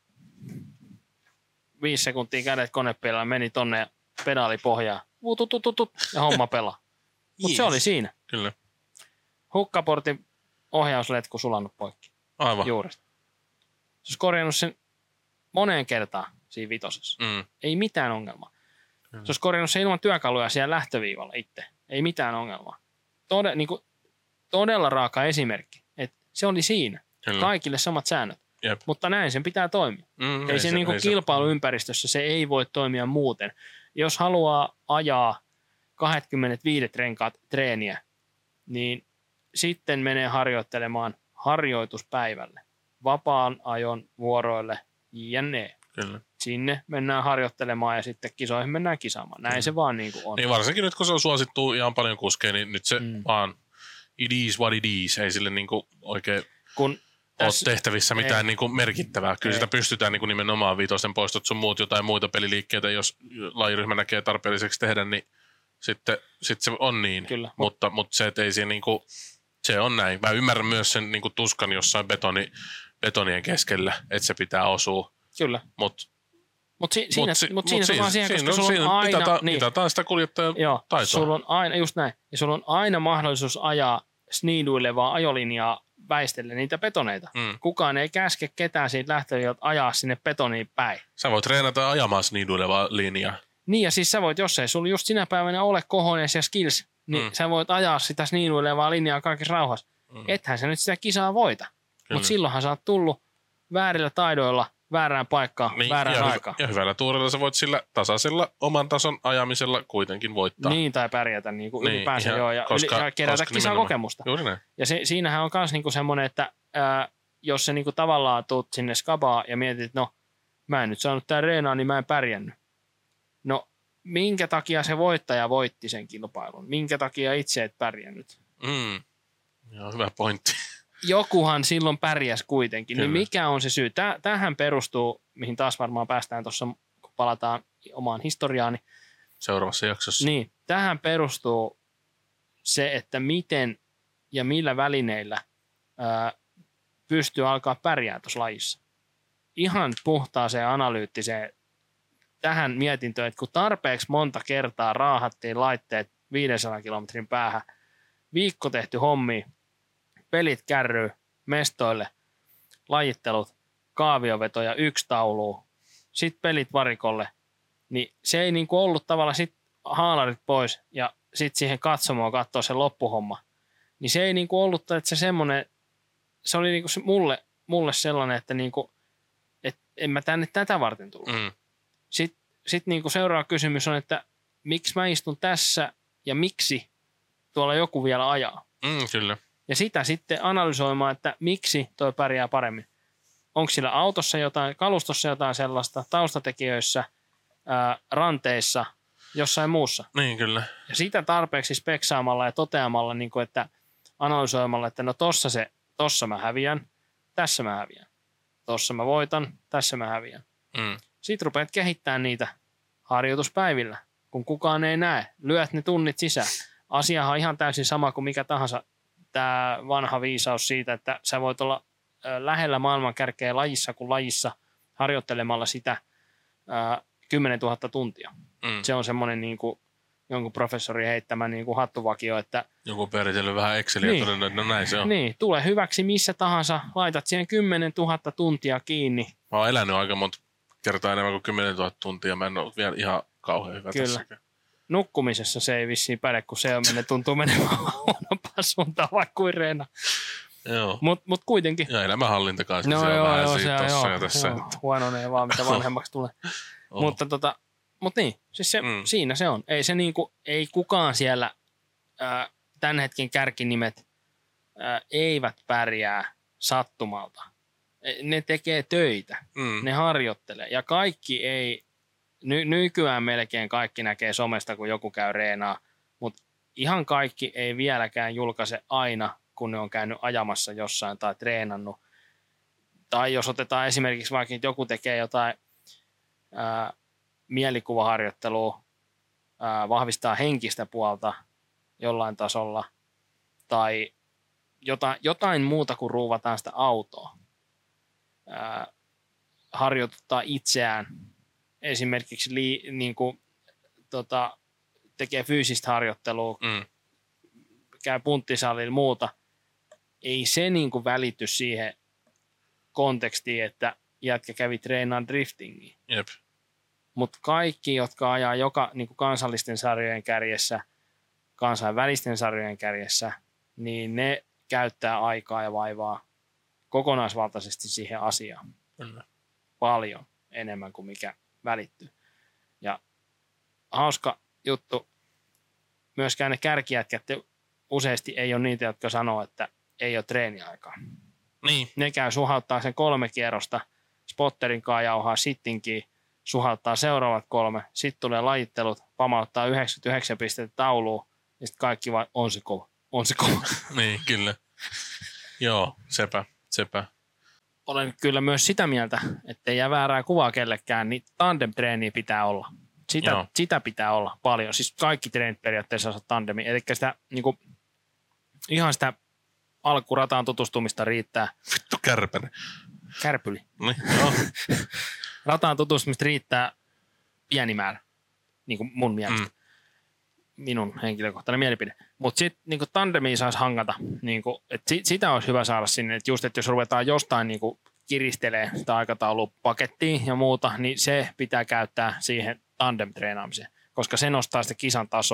5 sekuntia kädet konepelillä, meni tonne ja pedaali pohjaan. Ja homma pelaa. Mutta se oli siinä. Kyllä. Hukkaportin ohjausletku sulannut poikki. Aivan. Juuresta. Se olisi korjannut sen moneen kertaan siinä 5. Ei mitään ongelmaa. Se olisi korjannut sen ilman työkaluja siellä lähtöviivalla itse. Ei mitään ongelmaa. Todella raaka esimerkki. Että se oli siinä. Kyllä. Kaikille samat säännöt. Jep. Mutta näin sen pitää toimia. Ei se niinku kilpailuympäristössä se ei voi toimia muuten. Jos haluaa ajaa 25 renkaat treeniä, niin sitten menee harjoittelemaan harjoituspäivälle, vapaan ajon vuoroille jne. Kyllä. Sinne mennään harjoittelemaan ja sitten kisoihin mennään kisaamaan. Näin se vaan niin kuin on. Niin varsinkin nyt, kun se on suosittu ja on paljon kuskeja, niin nyt se vaan it is what it is. Ei sille niin kuin oikein ole tehtävissä mitään niin kuin merkittävää. Kyllä sitä pystytään niin kuin nimenomaan 5 poistot sun muut jotain muita peliliikkeitä, jos lajiryhmä näkee tarpeelliseksi tehdä, niin sitten se on niin. Kyllä. Mutta se, että ei siinä niin kuin, se on näin. Mä ymmärrän myös sen niin kuin tuskan jossain betonien keskellä, että se pitää osua. Kyllä. Mutta siinä se vaan siihen, koska sulla on aina... Mitataan sitä kuljettajan taitoa. Sulla on aina, just näin. Ja sulla on aina mahdollisuus ajaa sniiduilevaa ajolinjaa väistellä niitä betoneita. Kukaan ei käske ketään siitä lähtöviivalta ajaa sinne betoniin päin. Sä voit treenata ajamaan sniiduilevaa linjaa. Niin ja siis sä voit, jos ei sulla just sinä päivänä ole kohonees ja skills, niin sä voit ajaa sitä sniiduilevaa linjaa kaikessa rauhassa. ethän sä nyt sitä kisaa voita. Mutta silloinhan sä oot tullut väärillä taidoilla, väärään paikkaan, väärään aikaan. Ja hyvällä tuurilla sä voit sillä tasaisella oman tason ajamisella kuitenkin voittaa. Niin, tai pärjätä ylipäänsä joo, ja kerätä kisakokemusta. Juuri näin. Ja siinähän on myös semmoinen, että jos sä tavallaan tuut sinne skabaan ja mietit, että no, mä en nyt saanut tää reenaa, niin mä en pärjännyt. No, minkä takia se voittaja voitti sen kilpailun? Minkä takia itse et pärjännyt? Joo, hyvä pointti. Jokuhan silloin pärjäs kuitenkin. Kyllä. Niin mikä on se syy? Tähän perustuu, mihin taas varmaan päästään tuossa, kun palataan omaan historiaani. Seuraavassa jaksossa. Niin, tähän perustuu se, että miten ja millä välineillä pystyy alkaa pärjää tuossa lajissa. Ihan puhtaaseen analyyttiseen tähän mietintöön, että kun tarpeeksi monta kertaa raahattiin laitteet 500 kilometrin päähän, viikko tehty hommi, pelit kärryy, mestoille, lajittelut, kaaviovetoja, 1 tauluun, sitten pelit varikolle, niin se ei ollut tavallaan sitten haalarit pois ja sitten siihen katsomoon katsoa se loppuhomma. Niin se ei ollut, että se semmoinen, se oli se mulle sellainen, että että en mä tänne tätä varten tullut. Sitten seuraava kysymys on, että miksi mä istun tässä ja miksi tuolla joku vielä ajaa. Kyllä. Ja sitä sitten analysoimaan, että miksi toi pärjää paremmin. Onko sillä autossa jotain, kalustossa jotain sellaista, taustatekijöissä, ranteissa, jossain muussa. Niin, kyllä. Ja sitä tarpeeksi speksaamalla ja toteamalla, että analysoimalla, että no tossa mä häviän, tässä mä häviän. Tossa mä voitan, tässä mä häviän. Sitten rupeat kehittämään niitä harjoituspäivillä, kun kukaan ei näe. Lyöt ne tunnit sisään. Asiahan on ihan täysin sama kuin mikä tahansa tämä vanha viisaus siitä, että sä voit olla lähellä maailmankärkeä lajissa kuin lajissa harjoittelemalla sitä 10 000 tuntia. Se on semmoinen jonkun professori heittämä hattuvakio, että joku peritellyt vähän Exceliä ja todennut, että no näin se on. Niin, tule hyväksi missä tahansa, laitat siihen 10 000 tuntia kiinni. Mä oon elänyt aika monta kertaa enemmän kuin 10 000 tuntia, mä en ole vielä ihan kauhean hyvä tässäkään. Nukkumisessa se ei vissiin päde, kun se tuntuu menemään huonompaan suuntaan, vaikka kuin reena. Joo. Mut kuitenkin. Ja elämänhallinta kanssa, no, se on vähän siitä tossa ja tässä. Huononee vaan, mitä vanhemmaksi tulee. Mutta niin, siis siinä se on. Ei se ei kukaan siellä tämän hetken kärkinimet eivät pärjää sattumalta. Ne tekee töitä, ne harjoittelee ja kaikki ei, nykyään melkein kaikki näkee somesta, kun joku käy reenaa, mutta ihan kaikki ei vieläkään julkaise aina, kun ne on käynyt ajamassa jossain tai treenannut. Tai jos otetaan esimerkiksi vaikka, että joku tekee jotain mielikuvaharjoittelua, vahvistaa henkistä puolta jollain tasolla tai jotain muuta kuin ruuvataan sitä autoa. Harjoittaa itseään, esimerkiksi tekee fyysistä harjoittelua, käy punttisalilla muuta, ei se välity siihen kontekstiin, että jätkä kävi treenaan driftingiin. Jep. Mutta kaikki, jotka ajaa kansallisten sarjojen kärjessä, kansainvälisten sarjojen kärjessä, niin ne käyttää aikaa ja vaivaa kokonaisvaltaisesti siihen asiaan. Kyllä. Paljon enemmän kuin mikä välittyy. Ja hauska juttu, myöskään ne kärkijätkät useasti ei ole niitä, jotka sanoo, että ei ole treeniaikaa. Niin. Ne käy suhauttaa sen 3 kierrosta, spotterin kanssa jauhaa sittinkin, suhauttaa seuraavat 3, sitten tulee lajittelut, pamauttaa 99 pistettä tauluun, ja sitten kaikki vaan on se kova. Niin, kyllä. Joo, sepä. Olen kyllä myös sitä mieltä, että ei jää väärää kuvaa kellekään, niin tandem-treeniä pitää olla. Sitä pitää olla paljon. Siis kaikki treenit periaatteessa on tandemi. Eli sitä ihan sitä alkurataan tutustumista riittää. Vittu kärpänen. Kärpyli. Niin, joo. Rataan tutustumista riittää pieni määrä, niin kuin mun mielestä. Minun henkilökohtainen mielipide. Mutta sitten tandemia saisi hangata. Sitä olisi hyvä saada sinne. Että just, että jos ruvetaan jostain kiristelee sitä aikataulupakettiin ja muuta, niin se pitää käyttää siihen tandem-treenaamiseen. Koska se nostaa sitä kisan tasoa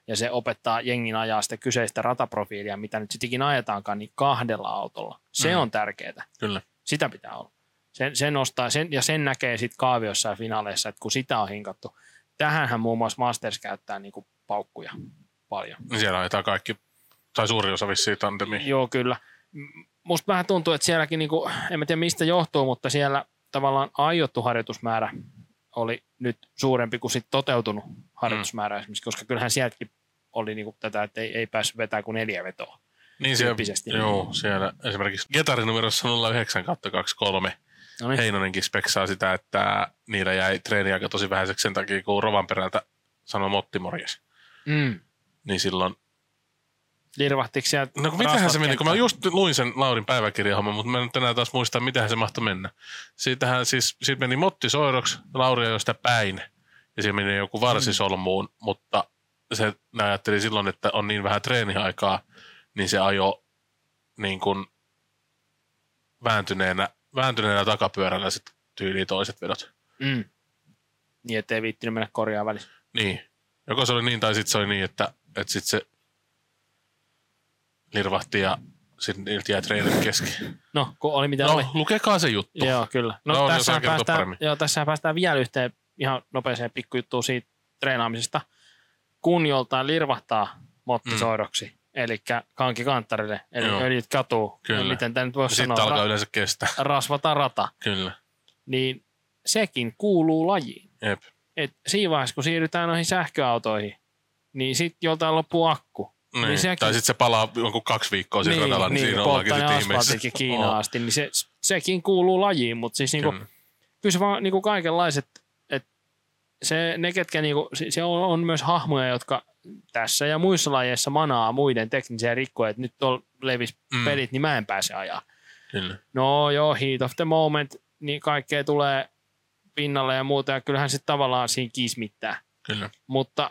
ja se opettaa jengin ajaa sitä kyseistä rataprofiilia, mitä nyt sitten ikinä ajetaankaan, niin 2 autolla. Se on tärkeää. Kyllä. Sitä pitää olla. Sen nostaa, sen näkee sitten kaaviossa ja finaaleissa, että kun sitä on hinkattu. Tähänhän muun muassa Masters käyttää niinku paukkuja paljon. Siellä ajetaan kaikki, tai suuri osa vissiin tandemia. Joo, kyllä. Musta vähän tuntuu, että sielläkin, niinku, en mä tiedä mistä johtuu, mutta siellä tavallaan aiottu harjoitusmäärä oli nyt suurempi kuin sitten toteutunut harjoitusmäärä esimerkiksi, koska kyllähän sieltäkin oli niinku tätä, että ei päässyt vetämään kuin 4 vetoa. Niin siellä esimerkiksi Getari-numerossa 09/23 Heinonenkin speksaa sitä, että niillä jäi treeniaika tosi vähäiseksi sen takia, kun Rovanperältä sanoi Motti morjes. Niin silloin... Lirvahtiko sieltä? No mitähän se meni, kun mä just luin sen Laurin päiväkirjahomman, mutta mä en nyt enää taas muista, mitähän se mahtoi mennä. Siitä meni Motti soiroksi, Lauri ajoi sitä päin, ja siinä meni joku varsisolmuun, mutta se ajatteli silloin, että on niin vähän treeniaikaa, niin se ajoi niin kuin vääntyneenä takapyörällä sitten tyyliin toiset vedot. Niin, ettei viittinyt mennä korjaan välissä. Niin. Joko se oli niin, tai sitten se oli niin, että sitten se lirvahti ja sitten niiltä jäi treenit kesken. No, kun oli mitä oli. Lukekaa se juttu. Joo, kyllä. No, tässähän päästään vielä yhteen ihan nopeeseen pikkujuttuun siitä treenaamisesta. Kun joltain lirvahtaa Motti soiroksi, eli kanki kanttarille, eli öljyt katuu. Kyllä. Miten tämä nyt voisi sanoa? Sitten alkaa yleensä kestää. Rasvata rata. Kyllä. Niin sekin kuuluu lajiin. Jep. Et siinä vaiheessa, kun siirrytään noihin sähköautoihin, niin sitten joltain loppuu akku. Niin. Sekin... Tai sitten se palaa jonkun 2 viikkoa siinä radalla, niin siinä ollaankin sitten ihmeessä. Niin, Kiinaan asti, niin sekin kuuluu lajiin, mutta siis niinku, kyllä se vaan niinku kaikenlaiset, että ne ketkä niinku, se on myös hahmoja, jotka tässä ja muissa lajeissa manaa muiden teknisiä rikkoja, että nyt tuolla levis pelit, niin mä en pääse ajaa. Kyllä. No joo, heat of the moment, niin kaikkea tulee pinnalle ja muuta, ja kyllähän se tavallaan siinä kiismittää. Kyllä. Mutta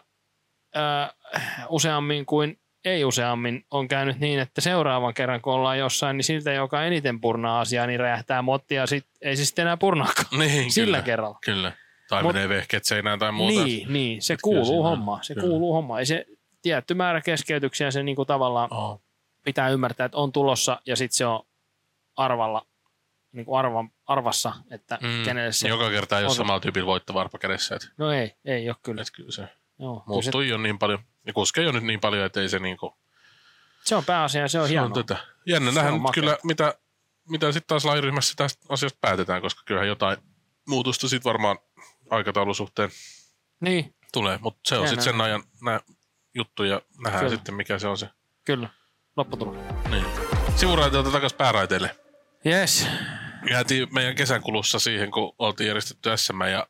useammin kuin ei useammin on käynyt niin, että seuraavan kerran kun ollaan jossain, niin siltä, joka eniten purnaa asiaa, niin räjähtää Motti ja ei se sitten enää purnaakaan niin, sillä kerralla. Kyllä. Tai menee vehkeet seinään tai muuta. Niin, se kuuluu hommaan. Se kuuluu hommaan. Ei se tietty määrä keskeytyksiä se niinku tavallaan pitää ymmärtää, että on tulossa ja sitten se on arvalla, niinku arvassa, että kenelle se... Joka kerta ei ole samalla tyypillä voittovarpa kädessä. Että, no ei ole kyllä. Että kyllä se muuttuu jo niin paljon. Ja kuske ei ole nyt niin paljon, että ei se niinku... Se on pääasia ja se on hienoa. Jännä nähdä kyllä, mitä sitten taas lajiryhmässä tästä asiasta päätetään, koska kyllähän jotain muutosta sitten varmaan aikataulusuhteen tulee. Mutta se on sitten sen ajan juttu ja nähdään sitten, mikä se on se. Kyllä, lopputulos. Niin. Sivuraiteilta takaisin pääraiteille. Yes. Jäätiin meidän kesän kulussa siihen, kun oltiin järjestetty SM ja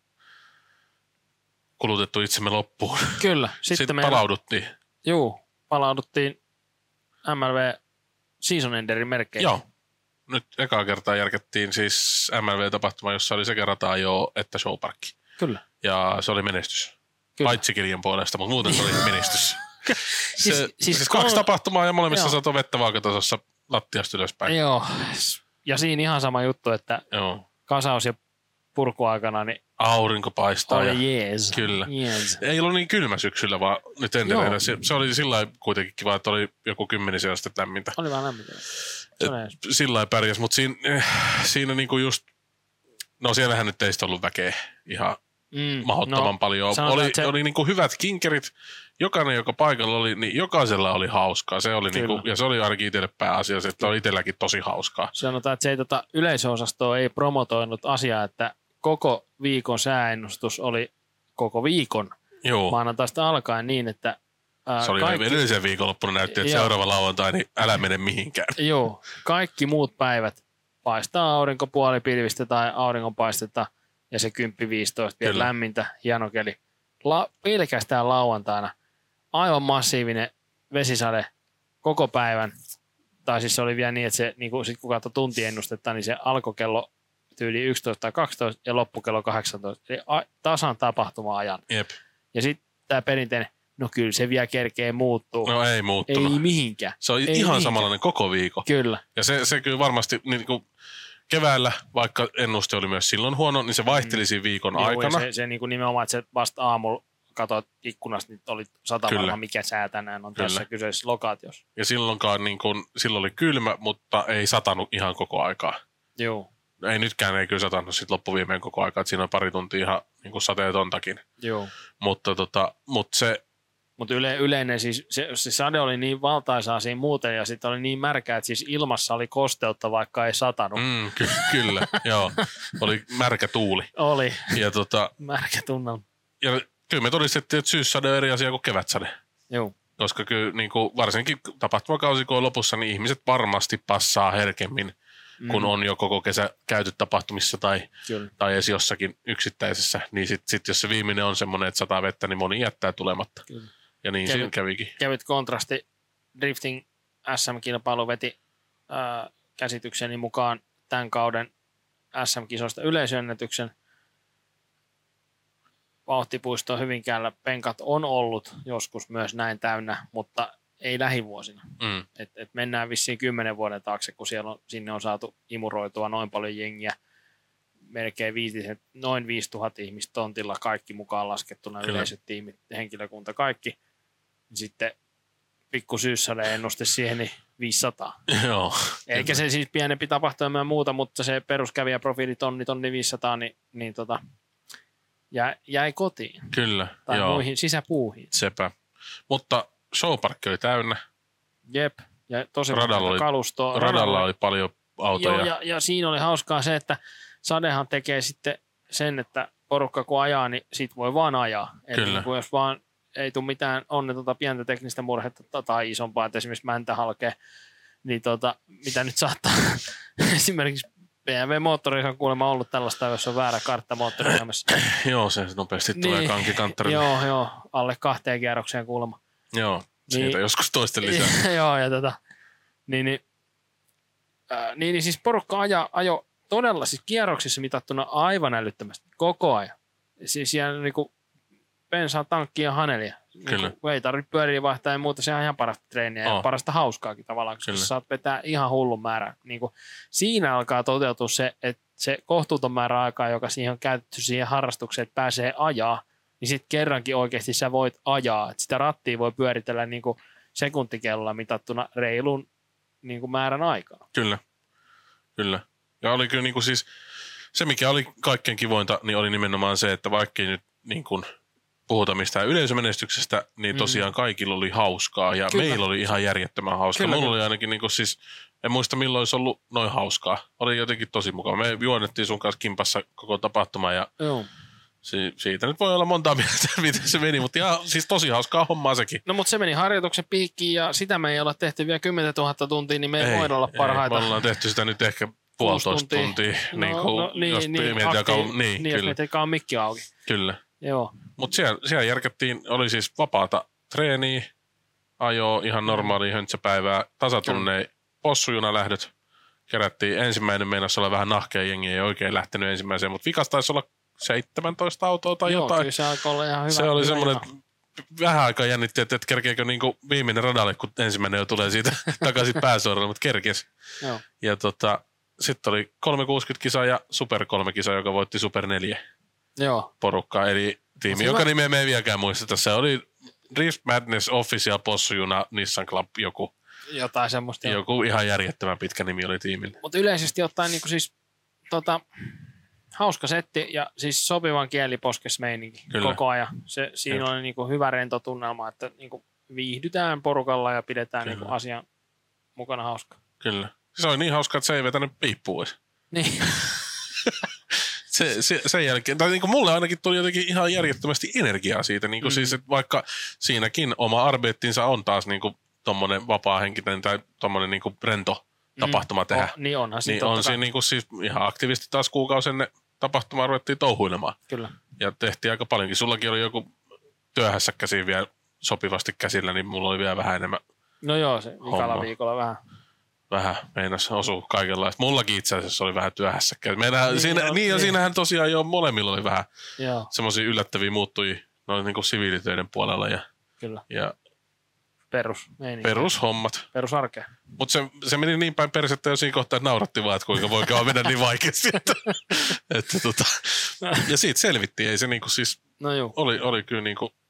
kulutettu itsemme loppuun. Kyllä. Sitten palauduttiin. Palauduttiin MLV Season Enderin merkkeihin. Joo. Nyt ekaa kertaa järkettiin siis MLV-tapahtuma, jossa oli sekä rata-ajo että showparkki. Kyllä. Ja se oli menestys. Kyllä. Paitsi Kiljan puolesta, mutta muuten se oli menestys. Siis 2 tapahtumaa ja molemmissa sato vettä vaakatasossa lattiasta ylöspäin. Joo. Ja siinä ihan sama juttu, että kasaus- ja purkuaikana niin aurinko paistaa. Jees. Kyllä. Yes. Ei ollut niin kylmä syksyllä, vaan nyt endelleen. Se oli sillä lailla kuitenkin kiva, että oli joku 10 astetta lämmintä. Oli vähän lämmintä. Sillä lailla pärjäs, mutta siinä niinku just, no siellähän nyt teistä ollut väkeä ihan mahdottoman paljon. Oli niinku hyvät kinkerit. Jokainen, joka paikalla oli, niin jokaisella oli hauskaa. Se oli niinku, ja se oli ainakin itselle pääasia, että oli itselläkin tosi hauskaa. Sanotaan, että se ei yleisöosastoa ei promotoinut asiaa, että koko viikon sääennustus oli koko viikon maanantaista alkaen niin, että se oli edellisen viikonloppuna näytti, että seuraava lauantai, niin älä mene mihinkään. Joo, kaikki muut päivät paistaa aurinkopuolipilvistä tai auringonpaistetta ja se 10-15 vielä lämmintä, hieno keli. Pelkästään lauantaina aivan massiivinen vesisade koko päivän. Tai siis se oli vielä niin, että se, niin sit kun katsoi tuntiennustetta, niin se alkoi kello tyyli 11 tai 12 ja loppu kello 18. Eli tasan tapahtuma-ajan. Jep. Ja sitten tämä perinteinen, no kyllä se vielä kerkee muuttuu. No ei muuttunut. Ei mihinkään. Se on ihan samanlainen koko viikko. Kyllä. Ja se kyllä varmasti niin kuin keväällä, vaikka ennuste oli myös silloin huono, niin se vaihteli siinä viikon aikana. Ja se niin kuin nimenomaan, että se vasta aamulla katsoit ikkunasta, niin oli satavarma, mikä sää tänään on tässä kyseisessä lokaatiossa. Ja silloinkaan silloin oli kylmä, mutta ei satanut ihan koko aikaa. Joo. Ei nytkään ei kyllä satanut sit loppuviimeen koko aikaa, että siinä on pari tuntia ihan niin sateetontakin. Joo. Mutta se... Mutta yleinen siis, se sade oli niin valtaisaa siinä muuten ja sitten oli niin märkää, että siis ilmassa oli kosteutta, vaikka ei satanut. Kyllä, joo. Oli märkä tuuli. Oli. Ja märkä tunnelma. Ja kyllä me todistettiin, että syyssade on eri asia kuin kevätsade. Joo. Koska kyllä niin kuin varsinkin tapahtumakausi, kun on lopussa, niin ihmiset varmasti passaa herkemmin, kun on jo koko kesä käyty tapahtumissa tai edes jossakin yksittäisessä. Niin sitten jos se viimeinen on semmoinen, että sataa vettä, niin moni jättää tulematta. Kyllä. Ja niin siinä kävikin. Kävit kontrasti. Drifting SM-kilpailu veti käsitykseni mukaan tämän kauden SM-kisoista yleisönnätyksen. Vauhtipuisto Hyvinkäällä penkat on ollut joskus myös näin täynnä, mutta ei lähivuosina. Et mennään vissiin 10 vuoden taakse, kun sinne on saatu imuroitua noin paljon jengiä. Melkein noin 5000 ihmistä tontilla, kaikki mukaan laskettuna, yleisöt, tiimit, henkilökunta, kaikki. Sitten pikku syyssade ennuste siihen, niin 500. Joo. Eikä se siis pienempi tapahtuma ja muuta, mutta se peruskävijäprofiili tonni 500, niin jäi kotiin. Kyllä, tai muihin sisäpuuhiin. Sepä. Mutta showparkki oli täynnä. Jep, ja tosi paljon kalustoa. Radalla oli paljon autoja. Joo, ja siinä oli hauskaa se, että sadehan tekee sitten sen, että porukka kun ajaa, niin sit voi vaan ajaa. Eli niin jos vaan ei tule mitään onnetonta pientä teknistä murhetta tai isompaa, että esimerkiksi mäntä halkee, niin mitä nyt saattaa esimerkiksi BMW-moottorissa on kuulemma ollut tällaista, jos on väärä kartta moottoriohjelmassa. Joo, se nopeasti tulee kankikanttarille. Joo, alle 2 kierrokseen kuulemma. Joo, siitä joskus toisten lisää. Joo, ja niin siis porukka ajo todella siis kierroksissa mitattuna aivan älyttömästi koko ajan. Siis siellä niinku bensaa, tankkia ja hanelia. Kyllä. Niin, ei tarvitse pyöriä vaihtaa ja muuta, se on ihan parasta treeniä ja parasta hauskaakin tavallaan, koska saat vetää ihan hullun määrän. Niin siinä alkaa toteutua se, että se kohtuuton määrä aikaa, joka siihen on käytetty siihen harrastukseen, että pääsee ajaa, niin sitten kerrankin oikeasti sä voit ajaa. Että sitä rattia voi pyöritellä niin sekuntikellolla mitattuna reilun niin määrän aikaa. Kyllä. Ja oli kyllä niin siis, se mikä oli kaikkein kivointa, niin oli nimenomaan se, että vaikka ei nyt niin kuin puhuta mistään yleisömenestyksestä, niin tosiaan kaikilla oli hauskaa ja meillä oli ihan järjettömän hauskaa. Mulla oli ainakin niin kuin siis, en muista milloin olisi ollut noin hauskaa. Oli jotenkin tosi mukava. Me juonnettiin sun kanssa kimpassa koko tapahtuma ja siitä nyt voi olla montaa mieltä, miten se meni, mutta ihan siis tosi hauskaa hommaa sekin. No mutta se meni harjoituksen piikkiin ja sitä me ei olla tehty vielä 10 000 tuntia, niin me ei voida olla parhaita. Me ollaan tehty sitä nyt ehkä 1,5 tuntia. Jos meitä on mikki auki. Kyllä. Joo. Mutta siellä järkättiin, oli siis vapaata treeniä, ajoa, ihan normaalia höntsäpäivää, tasatunneen possujunalähdöt. Kerättiin ensimmäinen, meinasi olla vähän nahkea jengiä, ei oikein lähtenyt ensimmäiseen, mutta vikas taisi olla 17 autoa tai jotain. Kyllä se alkoi olla ihan hyvä. Se oli semmoinen, että vähän aikaa jännitti, että kerkeekö niinku viimeinen radalle, kun ensimmäinen jo tulee siitä takaisin pääsuoralle, mutta kerkesi. Joo. Ja sitten oli 360-kisa ja Super 3-kisa, joka voitti Super 4 porukkaa. Eli tiimi, joka nimeä me ei vieläkään muisteta. Se oli Drift Madness Official Possujuna Nissan Club joku. Jotain semmoista. Joku ihan järjettömän pitkä nimi oli tiimille. Mutta yleisesti ottaen niin siis hauska setti ja siis sopivan kieliposkes meininki koko ajan. Siinä oli niin hyvä rento tunnelma, että niin viihdytään porukalla ja pidetään niin asian mukana hauska. Kyllä. Se oli niin hauska, että se ei vetänyt piippuun. Niin. Sen jälkeen, tai niin mulle ainakin tuli jotenkin ihan järjettömästi energiaa siitä. Niin siis, että vaikka siinäkin oma arbettinsa on taas niin tommonen vapaa-henkinen tai tommonen niin rento tapahtuma tehdä. Niin onhan niin on siinä niin siis ihan aktiivisesti taas kuukausi ennen tapahtumaa ruvettiin touhuilemaan. Kyllä. Ja tehtiin aika paljonkin. Sullakin oli joku työhässä käsi vielä sopivasti käsillä, niin mulla oli vielä vähän enemmän. No joo, se vikalla viikolla vähän meinas osuu kaikenlaista. Mullakin itse asiassa oli vähän työhässäkkäin. Siinähän tosiaan jo molemmilla oli vähän semmoisia yllättäviä muuttujia noin niin kuin siviilitöiden puolella. Kyllä. Ja perushommat. Perusarkea. Mutta se meni niin päin persettä jo siinä kohtaa, että nauratti vaan, että kuinka voikaan mennä niin vaikeasti. Ja siitä selvittiin. Ei se niinku siis, oli kyllä niinku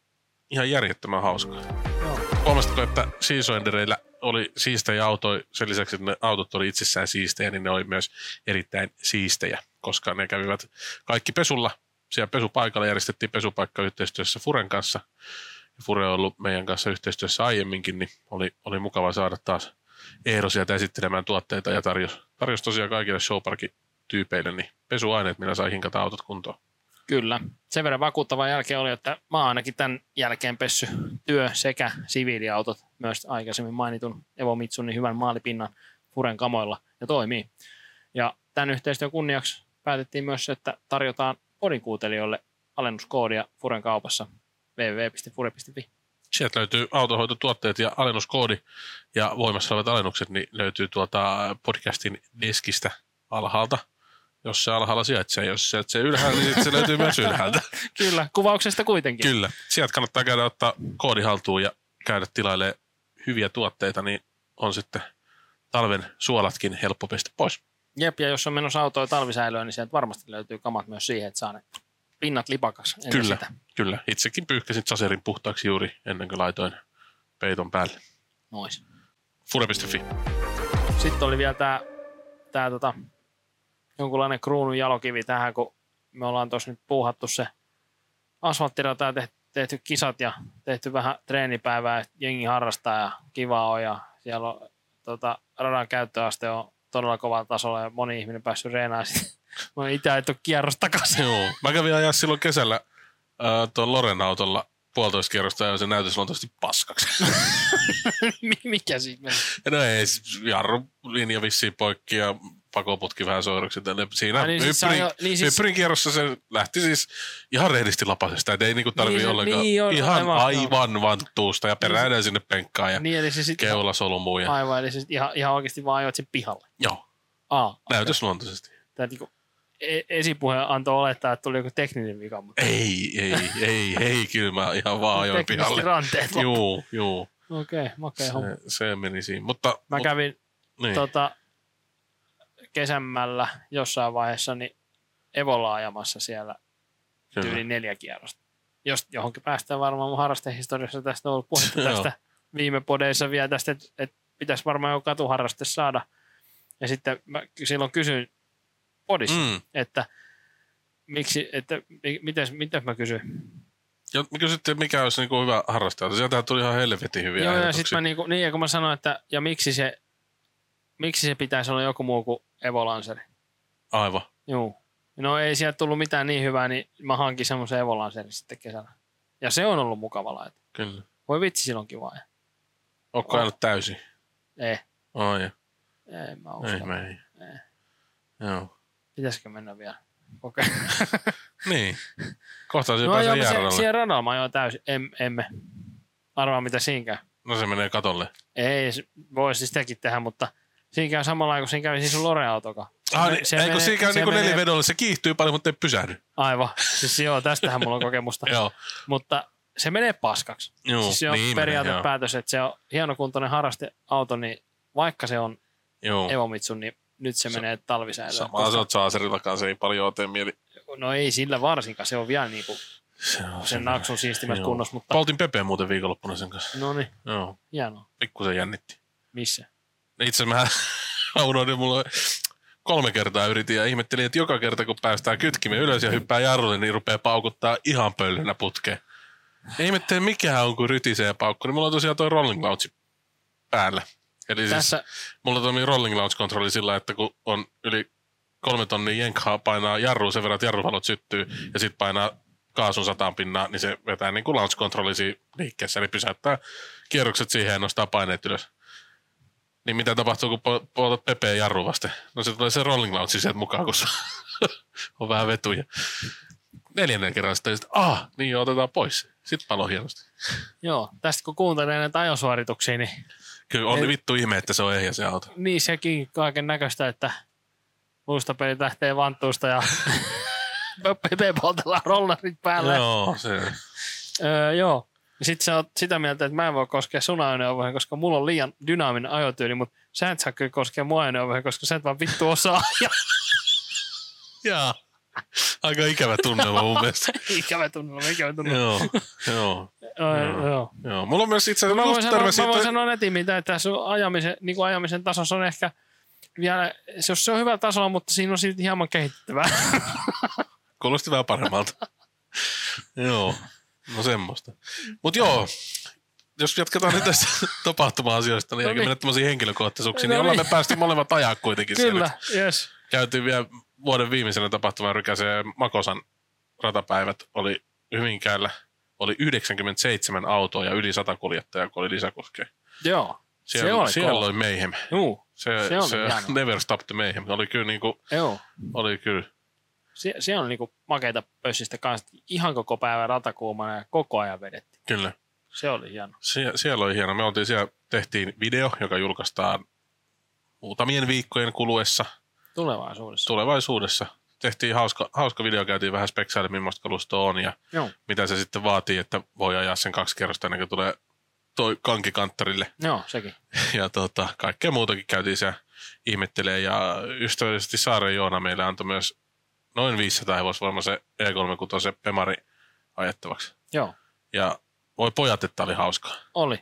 ihan järjettömän hauskaa. Joo. Huomasitko, että Seasondereillä oli siistejä autoja, sen lisäksi, että ne autot oli itsessään siistejä, niin ne oli myös erittäin siistejä, koska ne kävivät kaikki pesulla. Siellä pesupaikalla järjestettiin pesupaikka yhteistyössä Furen kanssa. Ja Fure on ollut meidän kanssa yhteistyössä aiemminkin, niin oli mukava saada taas Eero sieltä esittelemään tuotteita ja tarjosi tosiaan kaikille showparkin tyypeille niin pesuaineet, millä sai hinkata autot kuntoon. Kyllä. Sen verran vakuuttava jälkeen oli, että mä oon ainakin tämän jälkeen pessy työ- sekä siviiliautot, myös aikaisemmin mainitun Evo Mitsunin hyvän maalipinnan Furen kamoilla, ja toimii. Ja tämän yhteistyön kunniaksi päätettiin myös, että tarjotaan podin kuuntelijoille alennuskoodia Furen kaupassa www.fure.fi. Sieltä löytyy autohoitotuotteet ja alennuskoodi ja voimassa olevat alennukset, niin löytyy tuolta podcastin deskistä alhaalta. Jos se alhaalla sijaitsee, jos se sijaitsee ylhäällä, niin sitten se löytyy myös ylhäältä. Kyllä, kuvauksesta kuitenkin. Kyllä. Sieltä kannattaa käydä ottaa koodi haltuun ja käydä tilailemaan hyviä tuotteita, niin on sitten talven suolatkin helppo pestä pois. Jep, ja jos on menossa autoja talvisäilöön, niin sieltä varmasti löytyy kamat myös siihen, että saa ne pinnat lipakaksi. Kyllä. Itsekin pyyhkäsin Saserin puhtaaksi juuri ennen kuin laitoin peiton päälle. Nois. Fure.fi. Sitten oli vielä tää jonkunlainen kruunun jalokivi tähän, kun me ollaan tuossa nyt puuhattu se asfalttirata ja tehty kisat ja tehty vähän treenipäivää, että jengi harrastaa ja kivaa on ja siellä on radan käyttöaste on todella kovalla tasolla ja moni ihminen päässyt reenaan sitten. Mä oon itse ajettu kierros takaisin. Joo. Mä kävin ajaa silloin kesällä tuon Loren autolla 1,5 kierrosta ja se näytös luontoisesti paskaksi. Mikä siitä meni? No ei, jarrulinja vissiin poikki ja pakoputki vähän soiruksi. Siinä hyppyrin kierrossa se lähti siis ihan rehdisti lapasesta. Et ei niinku tarvii ollenkaan ihan aivan vanttuusta ja peräinen sinne penkkaan ja keula solumuun. Aivan, eli siis ihan oikeasti vaan ajoit sen pihalle. Joo, näytösluontoisesti. Tämä niinku esipuhe antoi olettaa, että tuli joku tekninen vika. Mutta Ei, kyllä mä ihan vaan ajoin pihalle. Ranteet loppu. Joo. Okei, makea homma. Se meni siinä. Mutta, mä kävin kesämällä jossain vaiheessa niin Evolla ajamassa siellä yli 4 kierrosta. Jos johonkin päästään varmaan mun harrastehistoriassa tästä on ollut puhetta tästä viime podeissa vielä tästä, että pitäisi varmaan joku katuharraste saada. Ja sitten mä silloin kysyin podissa, että miksi, että miten mä kysyin? Ja mä kysyttiin, mikä olisi niinku hyvä harrastaja. Sieltähän tuli ihan helvetin hyviä Joo, ehdotuksia. ja sitten mä kun mä sanoin, että ja miksi se pitäisi olla joku muu kuin Evo Lanceri? Aivan. Joo. No ei sieltä tullut mitään niin hyvää, niin mä hankin semmoisen Evo Lancerin sitten kesällä. Ja se on ollut mukava laite. Kyllä. Voi vitsi, silloinkin vaan. Ootko ajanut täysin? Ei. Ai. Ei, mä uskon. Ei. Joo. Pitäisikö mennä vielä? Okei. Niin. Kohta se pääsee jääradalla. Siihen radalla mä ajoin täysin. Emme. Arvaa mitä siinä käy. No se menee katolle. Ei, voisi sitäkin tehdä, mutta siinä käy samalla lailla, kun siinä kävi siis sun Lore-autokaan. Kun siinä käy niinku 4 vedolla, se kiihtyy paljon, mutta ei pysähdy. Aivan. Siis joo, tästähän mulla on kokemusta. Joo. Mutta se menee paskaksi. Joo, siis se on niin periaatepäätös, että se on hienokuntoinen harrasteauto, niin vaikka se on Evo Mitsun, niin nyt se menee talvisäilöön. Samalla se on Saaserillakaan, se ei paljon ote mieli. No ei sillä varsinkaan, se on vielä niinku sen naksun siistimässä kunnossa. Mutta Poltin Pepeä muuten viikonloppuna sen kanssa. No niin, joo. Hienoa. Pikkusen jännitti. Missä? Itse mä unohdin, mulla 3 kertaa yritin ja ihmettelin, että joka kerta kun päästään kytkimen ylös ja hyppää jarrulle, niin rupeaa paukuttaa ihan pöllönä putkeen. Ja ihmettelin, mikä on kun rytisee ja paukku, niin mulla on tosiaan toi rolling launchi päällä. Eli tässä mulla toimii rolling launch-kontrolli sillä, että kun on yli 3 tonnia jenkhaa painaa jarruun sen verran, että jarruvalot syttyy ja sitten painaa kaasun 100 pinnaa, niin se vetää niin kuin launch-kontrolli siinä liikkeessä, eli pysäyttää kierrokset siihen ja nostaa paineet ylös. Niin mitä tapahtuu, kun poltat Pepeä jarru vasten? No se tulee se rolling launchi sieltä mukaan, kun on vähän vetuja. 4. kerran sitten, niin jo, otetaan pois. Sitten palo hienosti. Joo, tästä kun kuuntelee näitä ajosuorituksia, niin kyllä on vittu ihme, että se on ehjä se auto. Niin sekin kaiken näköistä, että luistapelit lähtee vanttuusta ja Pepe poltellaan rollarit päällä. Joo, se. Joo. Sitten sä oot sitä mieltä, että mä en voi koskea sun ajoneuvoihin, koska mulla on liian dynaaminen ajotyyli, mutta sä et saa kyllä koskea mun ajoneuvoihin, koska sä et vaan vittu osaa. Jaa. Aika ikävä tunnelma mun mielestä. Ikävä tunnelma. Joo. Joo. Mulla on myös itse asiassa mä voin sanoa netimmin, että sun ajamisen tasossa on ehkä vielä, jos se on hyvä tasolla, mutta siinä on silti hieman kehittävää. Kuulosti vähän paremmalta. Joo, no semmoista. Mut joo, jos jatketaan nyt tästä tapahtuma-asioista, niin eikä mennä tämmöisiin henkilökohtaisuuksiin, niin ollaan me päästy molemmat ajaa kuitenkin. Kyllä, yes. Käytiin vielä vuoden viimeisenä tapahtuman rykäiseen Makosan ratapäivät oli Hyvinkäällä. Oli 97 autoa ja yli 100 kuljettajaa, kun oli lisäkuskeja. Joo, siellä oli mayhem. Se never stop the mayhem. Oli kyllä niinku, oli kyllä. Siellä on niinku makeita pössistä kanssa. Ihan koko päivän ratakuumana ja koko ajan vedettiin. Kyllä. Se oli hieno. Siellä oli hieno. Me oltiin siellä, tehtiin video, joka julkaistaan muutamien viikkojen kuluessa. Tulevaisuudessa. Tehtiin hauska video, käytiin vähän speksaille, millaista kalustoa on ja mitä se sitten vaatii, että voi ajaa sen 2 kerrosta ennen kuin tulee toi kankikanttarille. Joo, sekin. Ja kaikkea muutakin käytiin siellä ihmettelee ja ystävällisesti Saaren Joona meille antoi myös noin 500 hevosvoimaisen E36 Pemari ajettavaksi. Joo. Ja voi pojat, että oli hauskaa. Oli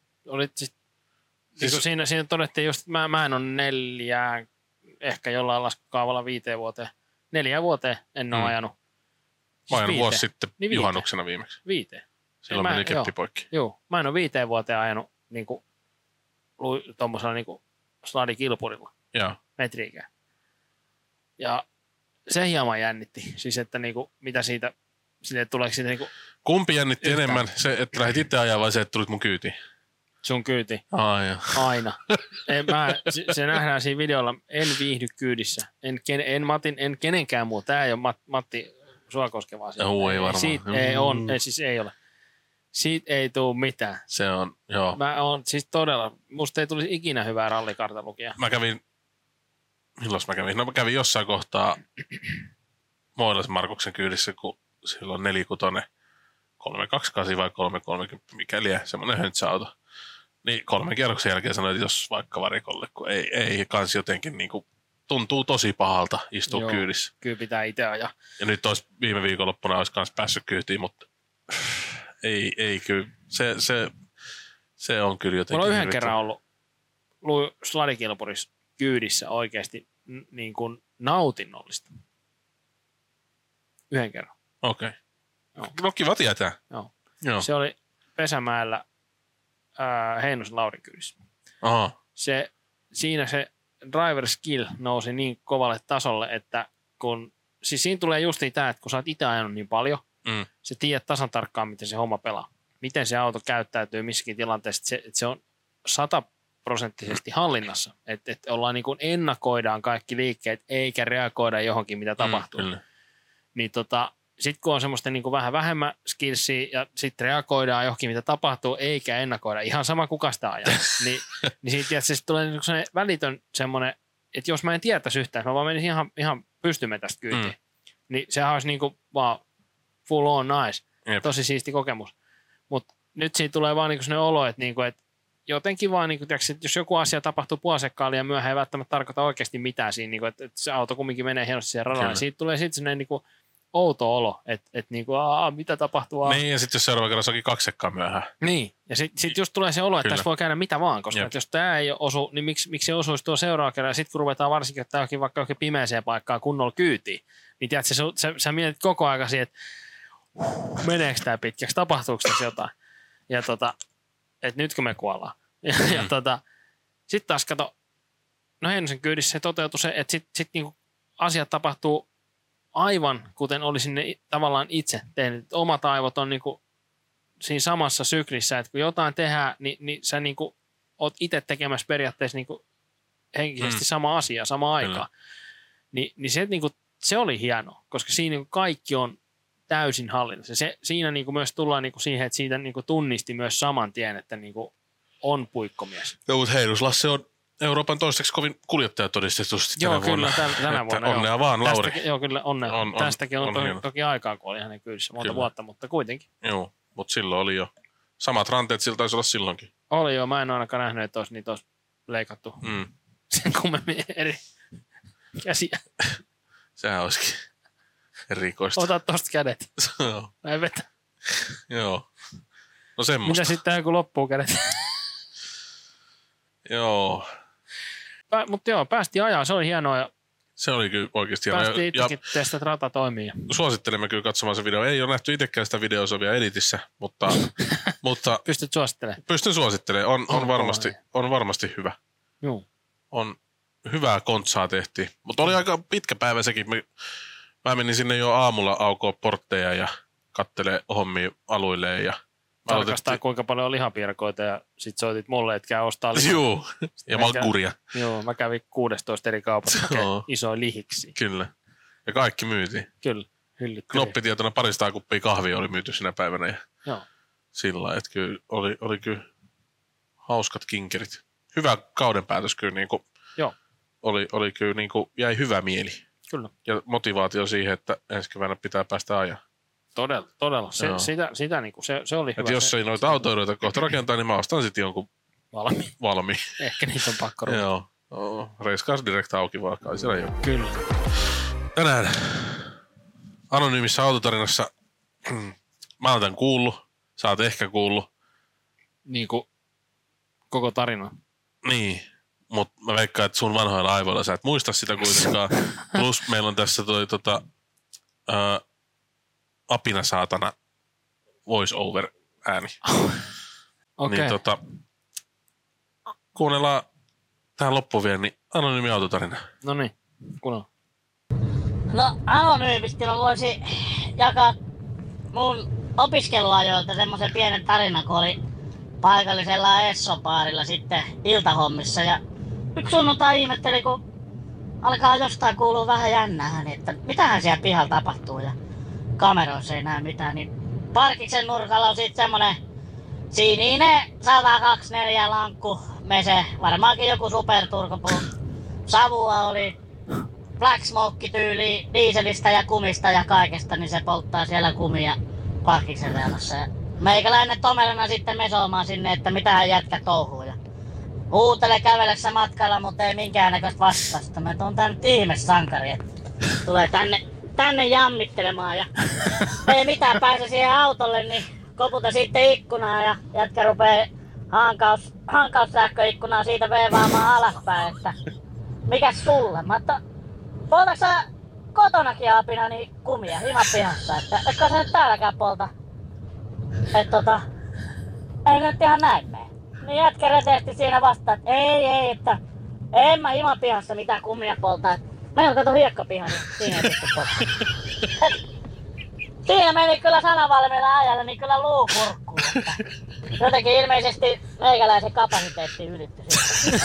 siis siinä todettiin just, että mä en ole 4, ehkä jollain laskukaavalla 5 vuoteen. 4 vuoteen en ole ajanut. Mä ajanut vuosi sitten niin juhannuksena viimeksi. 5. Silloin meni keppi poikki. Joo, mä en ole 5 vuoteen ajanut niinku tuommoisella niinku sladikilpurilla. Joo. Metriikään. Ja se hieman jännitti. Siis että niinku, mitä siitä, tuleeko siitä niinku... Kumpi jännitti enemmän? Se, että lähdit itse ajaa vai se, että tulit mun kyytiin? Sun kyyti. Aina. Se nähdään siinä videolla. En viihdy kyydissä. En Matin, en kenenkään muu. Tää ei ole Matti sua koskeva asia. Ei varmaan. Siitä ei ole. Siitä ei tule mitään. Se on, joo. Mä oon siis todella, musta ei tulisi ikinä hyvää rallikartalukia. Mä kävin jossain kohtaa Moilaisen Markuksen kyydissä, kun silloin 4-6, 328 vai 330, mikä liian, semmoinen höntsäauto. Niin 3 kierroksen jälkeen sanoin, että jos vaikka varikolle, kun ei kans jotenkin niinku, tuntuu tosi pahalta istua kyydissä. Kyllä pitää itse ajaa. Ja nyt viime viikonloppuna olisi kans päässyt kyytiin, mutta ei kyllä. Se on kyllä jotenkin. Mulla on yhden kerran ollut sladikilpurissa kyydissä oikeasti niin kuin nautinnollista. Yhden kerran. Okei. No kiva tietää. Joo. Se oli Pesämäellä Heinosen Laurin kyydissä. Aha. Siinä se driver skill nousi niin kovalle tasolle, että siis siinä tulee justiin tämä, että kun sä oot itse ajanut niin paljon, sä tiedät tasan tarkkaan, miten se homma pelaa. Miten se auto käyttäytyy missäkin tilanteessa, että se on 100% hallinnassa. Että ollaan niin kuin ennakoidaan kaikki liikkeet, eikä reagoida johonkin, mitä tapahtuu. Niin sitten kun on semmoista niin kuin vähän vähemmän skillsia ja sitten reagoidaan johonkin, mitä tapahtuu, eikä ennakoida, ihan sama kuka sitä ajaa, niin siitä tietysti tulee niin sellainen välitön semmoinen, että jos mä en tietäisi yhtään, että mä vaan menisin ihan pystymme tästä kyytiin, niin sehän olisi niin kuin vaan full on nice. Jep. Tosi siisti kokemus. Mutta nyt siitä tulee vaan niin sellainen olo, että jotenkin vaan, että jos joku asia tapahtuu puolisekkaan liian myöhään, ei välttämättä tarkoita oikeasti mitään siinä, että se auto kumminkin menee hienosti siihen radalle, niin siitä tulee sitten sellainen outo olo, että mitä tapahtuu. Niin, ja sitten jos seuraava kerran onkin 2 sekkaa myöhään. Niin, ja sitten just tulee se olo, että tässä voi käydä mitä vaan, koska jos tämä ei osu, niin miksi se osuisi tuo seuraava kerran, ja sitten kun ruvetaan varsinkin, että vaikka johonkin pimeäseen paikkaan kunnolla kyytiin, niin tiedätkö, sä mietit koko ajan siihen, että meneekö tämä pitkäksi, tapahtuuko tässä jotain, ja että nytkö me kuollaan. Ja sitten taas kato, no Heinosen kyydissä se toteutui se, että sit niinku asiat tapahtuu aivan kuten olisin ne tavallaan itse tehnyt. Omat aivot on niinku siinä samassa syklissä, että kun jotain tehdään, niin sä niinku oot itse tekemässä periaatteessa niinku henkisesti sama asia samaan aikaan. Niin se, niinku, se oli hienoa, koska siinä niinku kaikki on täysin hallinnassa. Siinä niinku myös tullaan niinku siihen, että siitä niinku tunnisti myös saman tien, että niinku on puikkomies. Joo, mutta Heinus Lasse on Euroopan toiseksi kovin kuljettajatodistetusti tänä vuonna. Joo, kyllä tänä vuonna. Onnea vaan, Lauri. Joo, kyllä onnea. Tästäkin on toki aikaa, kun oli hänen kyydissä monta vuotta, mutta kuitenkin. Joo, mutta silloin oli jo samat ranteet, sillä taisi olla silloinkin. Oli jo, mä en ole ainakaan nähnyt, että niitä olisi leikattu sen kummemmin eri käsiä. Sehän olisikin erikoista. Ota tosta kädet. Näin vetä. Joo. No semmoista. Mitä sitten kun loppuu kädet? Joo. Mutta joo, päästiin ajaa, se oli hienoa ja Se oli kyllä oikeasti hienoa. päästiin itsekin testaa, että rata toimii. Suosittelemme kyllä katsomaan se video. Ei ole nähty itsekään sitä videoa, se on vielä editissä, mutta Pystyt suosittelemaan? Pystyn suosittelemaan. On varmasti hyvä. Joo. On hyvää kontsaa tehtiin. Mutta oli aika pitkä päivä sekin. Mä menin sinne jo aamulla aukoa portteja ja kattelee hommia aluilleen. Ja tarkastaa kuinka paljon on lihapiirakoita ja sit soitit mulle, että käy ostaa lihaa. Joo, ja malkkuria. Joo, mä kävin 16 eri kaupassa isoja lihiksi. Kyllä. Ja kaikki myytiin. Kyllä, hyllyt. Knoppitietona 200 kuppia kahvia oli myyty sinä päivänä. Ja joo. sillä että kyllä oli kyllä hauskat kinkerit. Hyvä kauden päätös kyllä niinku. Joo. Oli kyllä niinku, jäi hyvä mieli. Kyllä. Ja motivaatio siihen, että ensi keväänä pitää päästä ajaa. Todella. Sitä niinku, se oli hyvä. Jos ei noita autoilijoita kohta rakentaa, niin mä ostan sitten jonkun valmiin. Ehkä niitä on pakko ruveta. Joo. Race Cars Direct auki vaan, kai siellä jo. Kyllä. Tänään anonyymissä autotarinassa mä oon tämän kuullut, sä oot ehkä kuullut. Niin kuin koko tarina. Niin, mutta mä veikkaan, että sun vanhoilla aivoilla sä et muista sitä kuitenkaan. Plus meillä on tässä toi apina saatana voice over ääni. Okei. Niin kuunnellaan tähän loppuun vielä, niin anonyymi autotarina. No niin, kuunnellaan. No anonyymisti mä voisin jakaa mun opiskeluajoilta semmoisen pienen tarinan, kun oli paikallisella Esso-baarilla sitten iltahommissa. Ja yksi sunnuntai ihmetteli, kun alkaa jostain kuulua vähän jännää, niin että mitähän siellä pihalla tapahtuu ja kameroissa ei näe mitään. Niin parkiksen nurkalla on sitten semmonen sininen 124 lankku mese, varmaankin joku superturkopuu. Savua oli Black Smoke tyyli dieselistä ja kumista ja kaikesta, niin se polttaa siellä kumia parkiksen reunassa. Ja meikäläinen tomelena sitten mesoamaan sinne, että mitähän jätkä touhuu. Ja huutele kävelessä matkalla, mutta ei minkäännäköistä vastausta. Mä oon tää nyt ihmesankari, että tulee tänne jammittelemaan. Ja ei mitään, pääse siihen autolle, niin koputa sitten ikkunaa ja jätkä rupee hankaussähköikkunaa siitä veivaamaan alaspäin, että mikäs sulle? Mä oon, poltatko sä kotonakin apina niin kumia himapihassa, että etkö sä nyt täälläkään polta? Ei nyt ihan näin mene. Niin jätkä retehti siinä vastaan, että ei, että en mä himapihassa mitään kumia polta. Meillä on kato hiekkapiha, niin siinä ei pysty polttamaan. Siinä meni kyllä sanavalmiilla ajalla, niin kyllä luu kurkkuu. Jotenkin ilmeisesti meikäläisen kapasiteetti ylittyi siitä.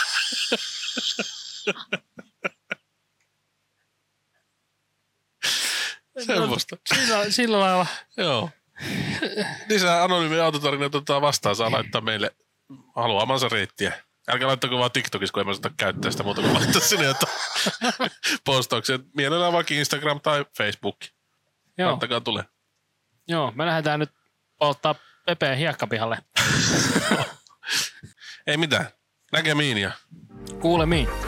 Semmosta. Sillä lailla. Joo. Lisää anonyymiä autotarinoita vastaan saa laittaa meille haluamansa reittiä. Älkää laittako vaan TikTokissa, kun en mä sitä käyttää sitä muuta kuin laittaa sinne jotain postauksia. Mielellään vaikka Instagram tai Facebook. Joo. Laittakaa tulee. Joo, me lähdetään nyt polttaa Pepeen hiekkapihalle. Ei mitään. Näkemiin ja Kuulemiin.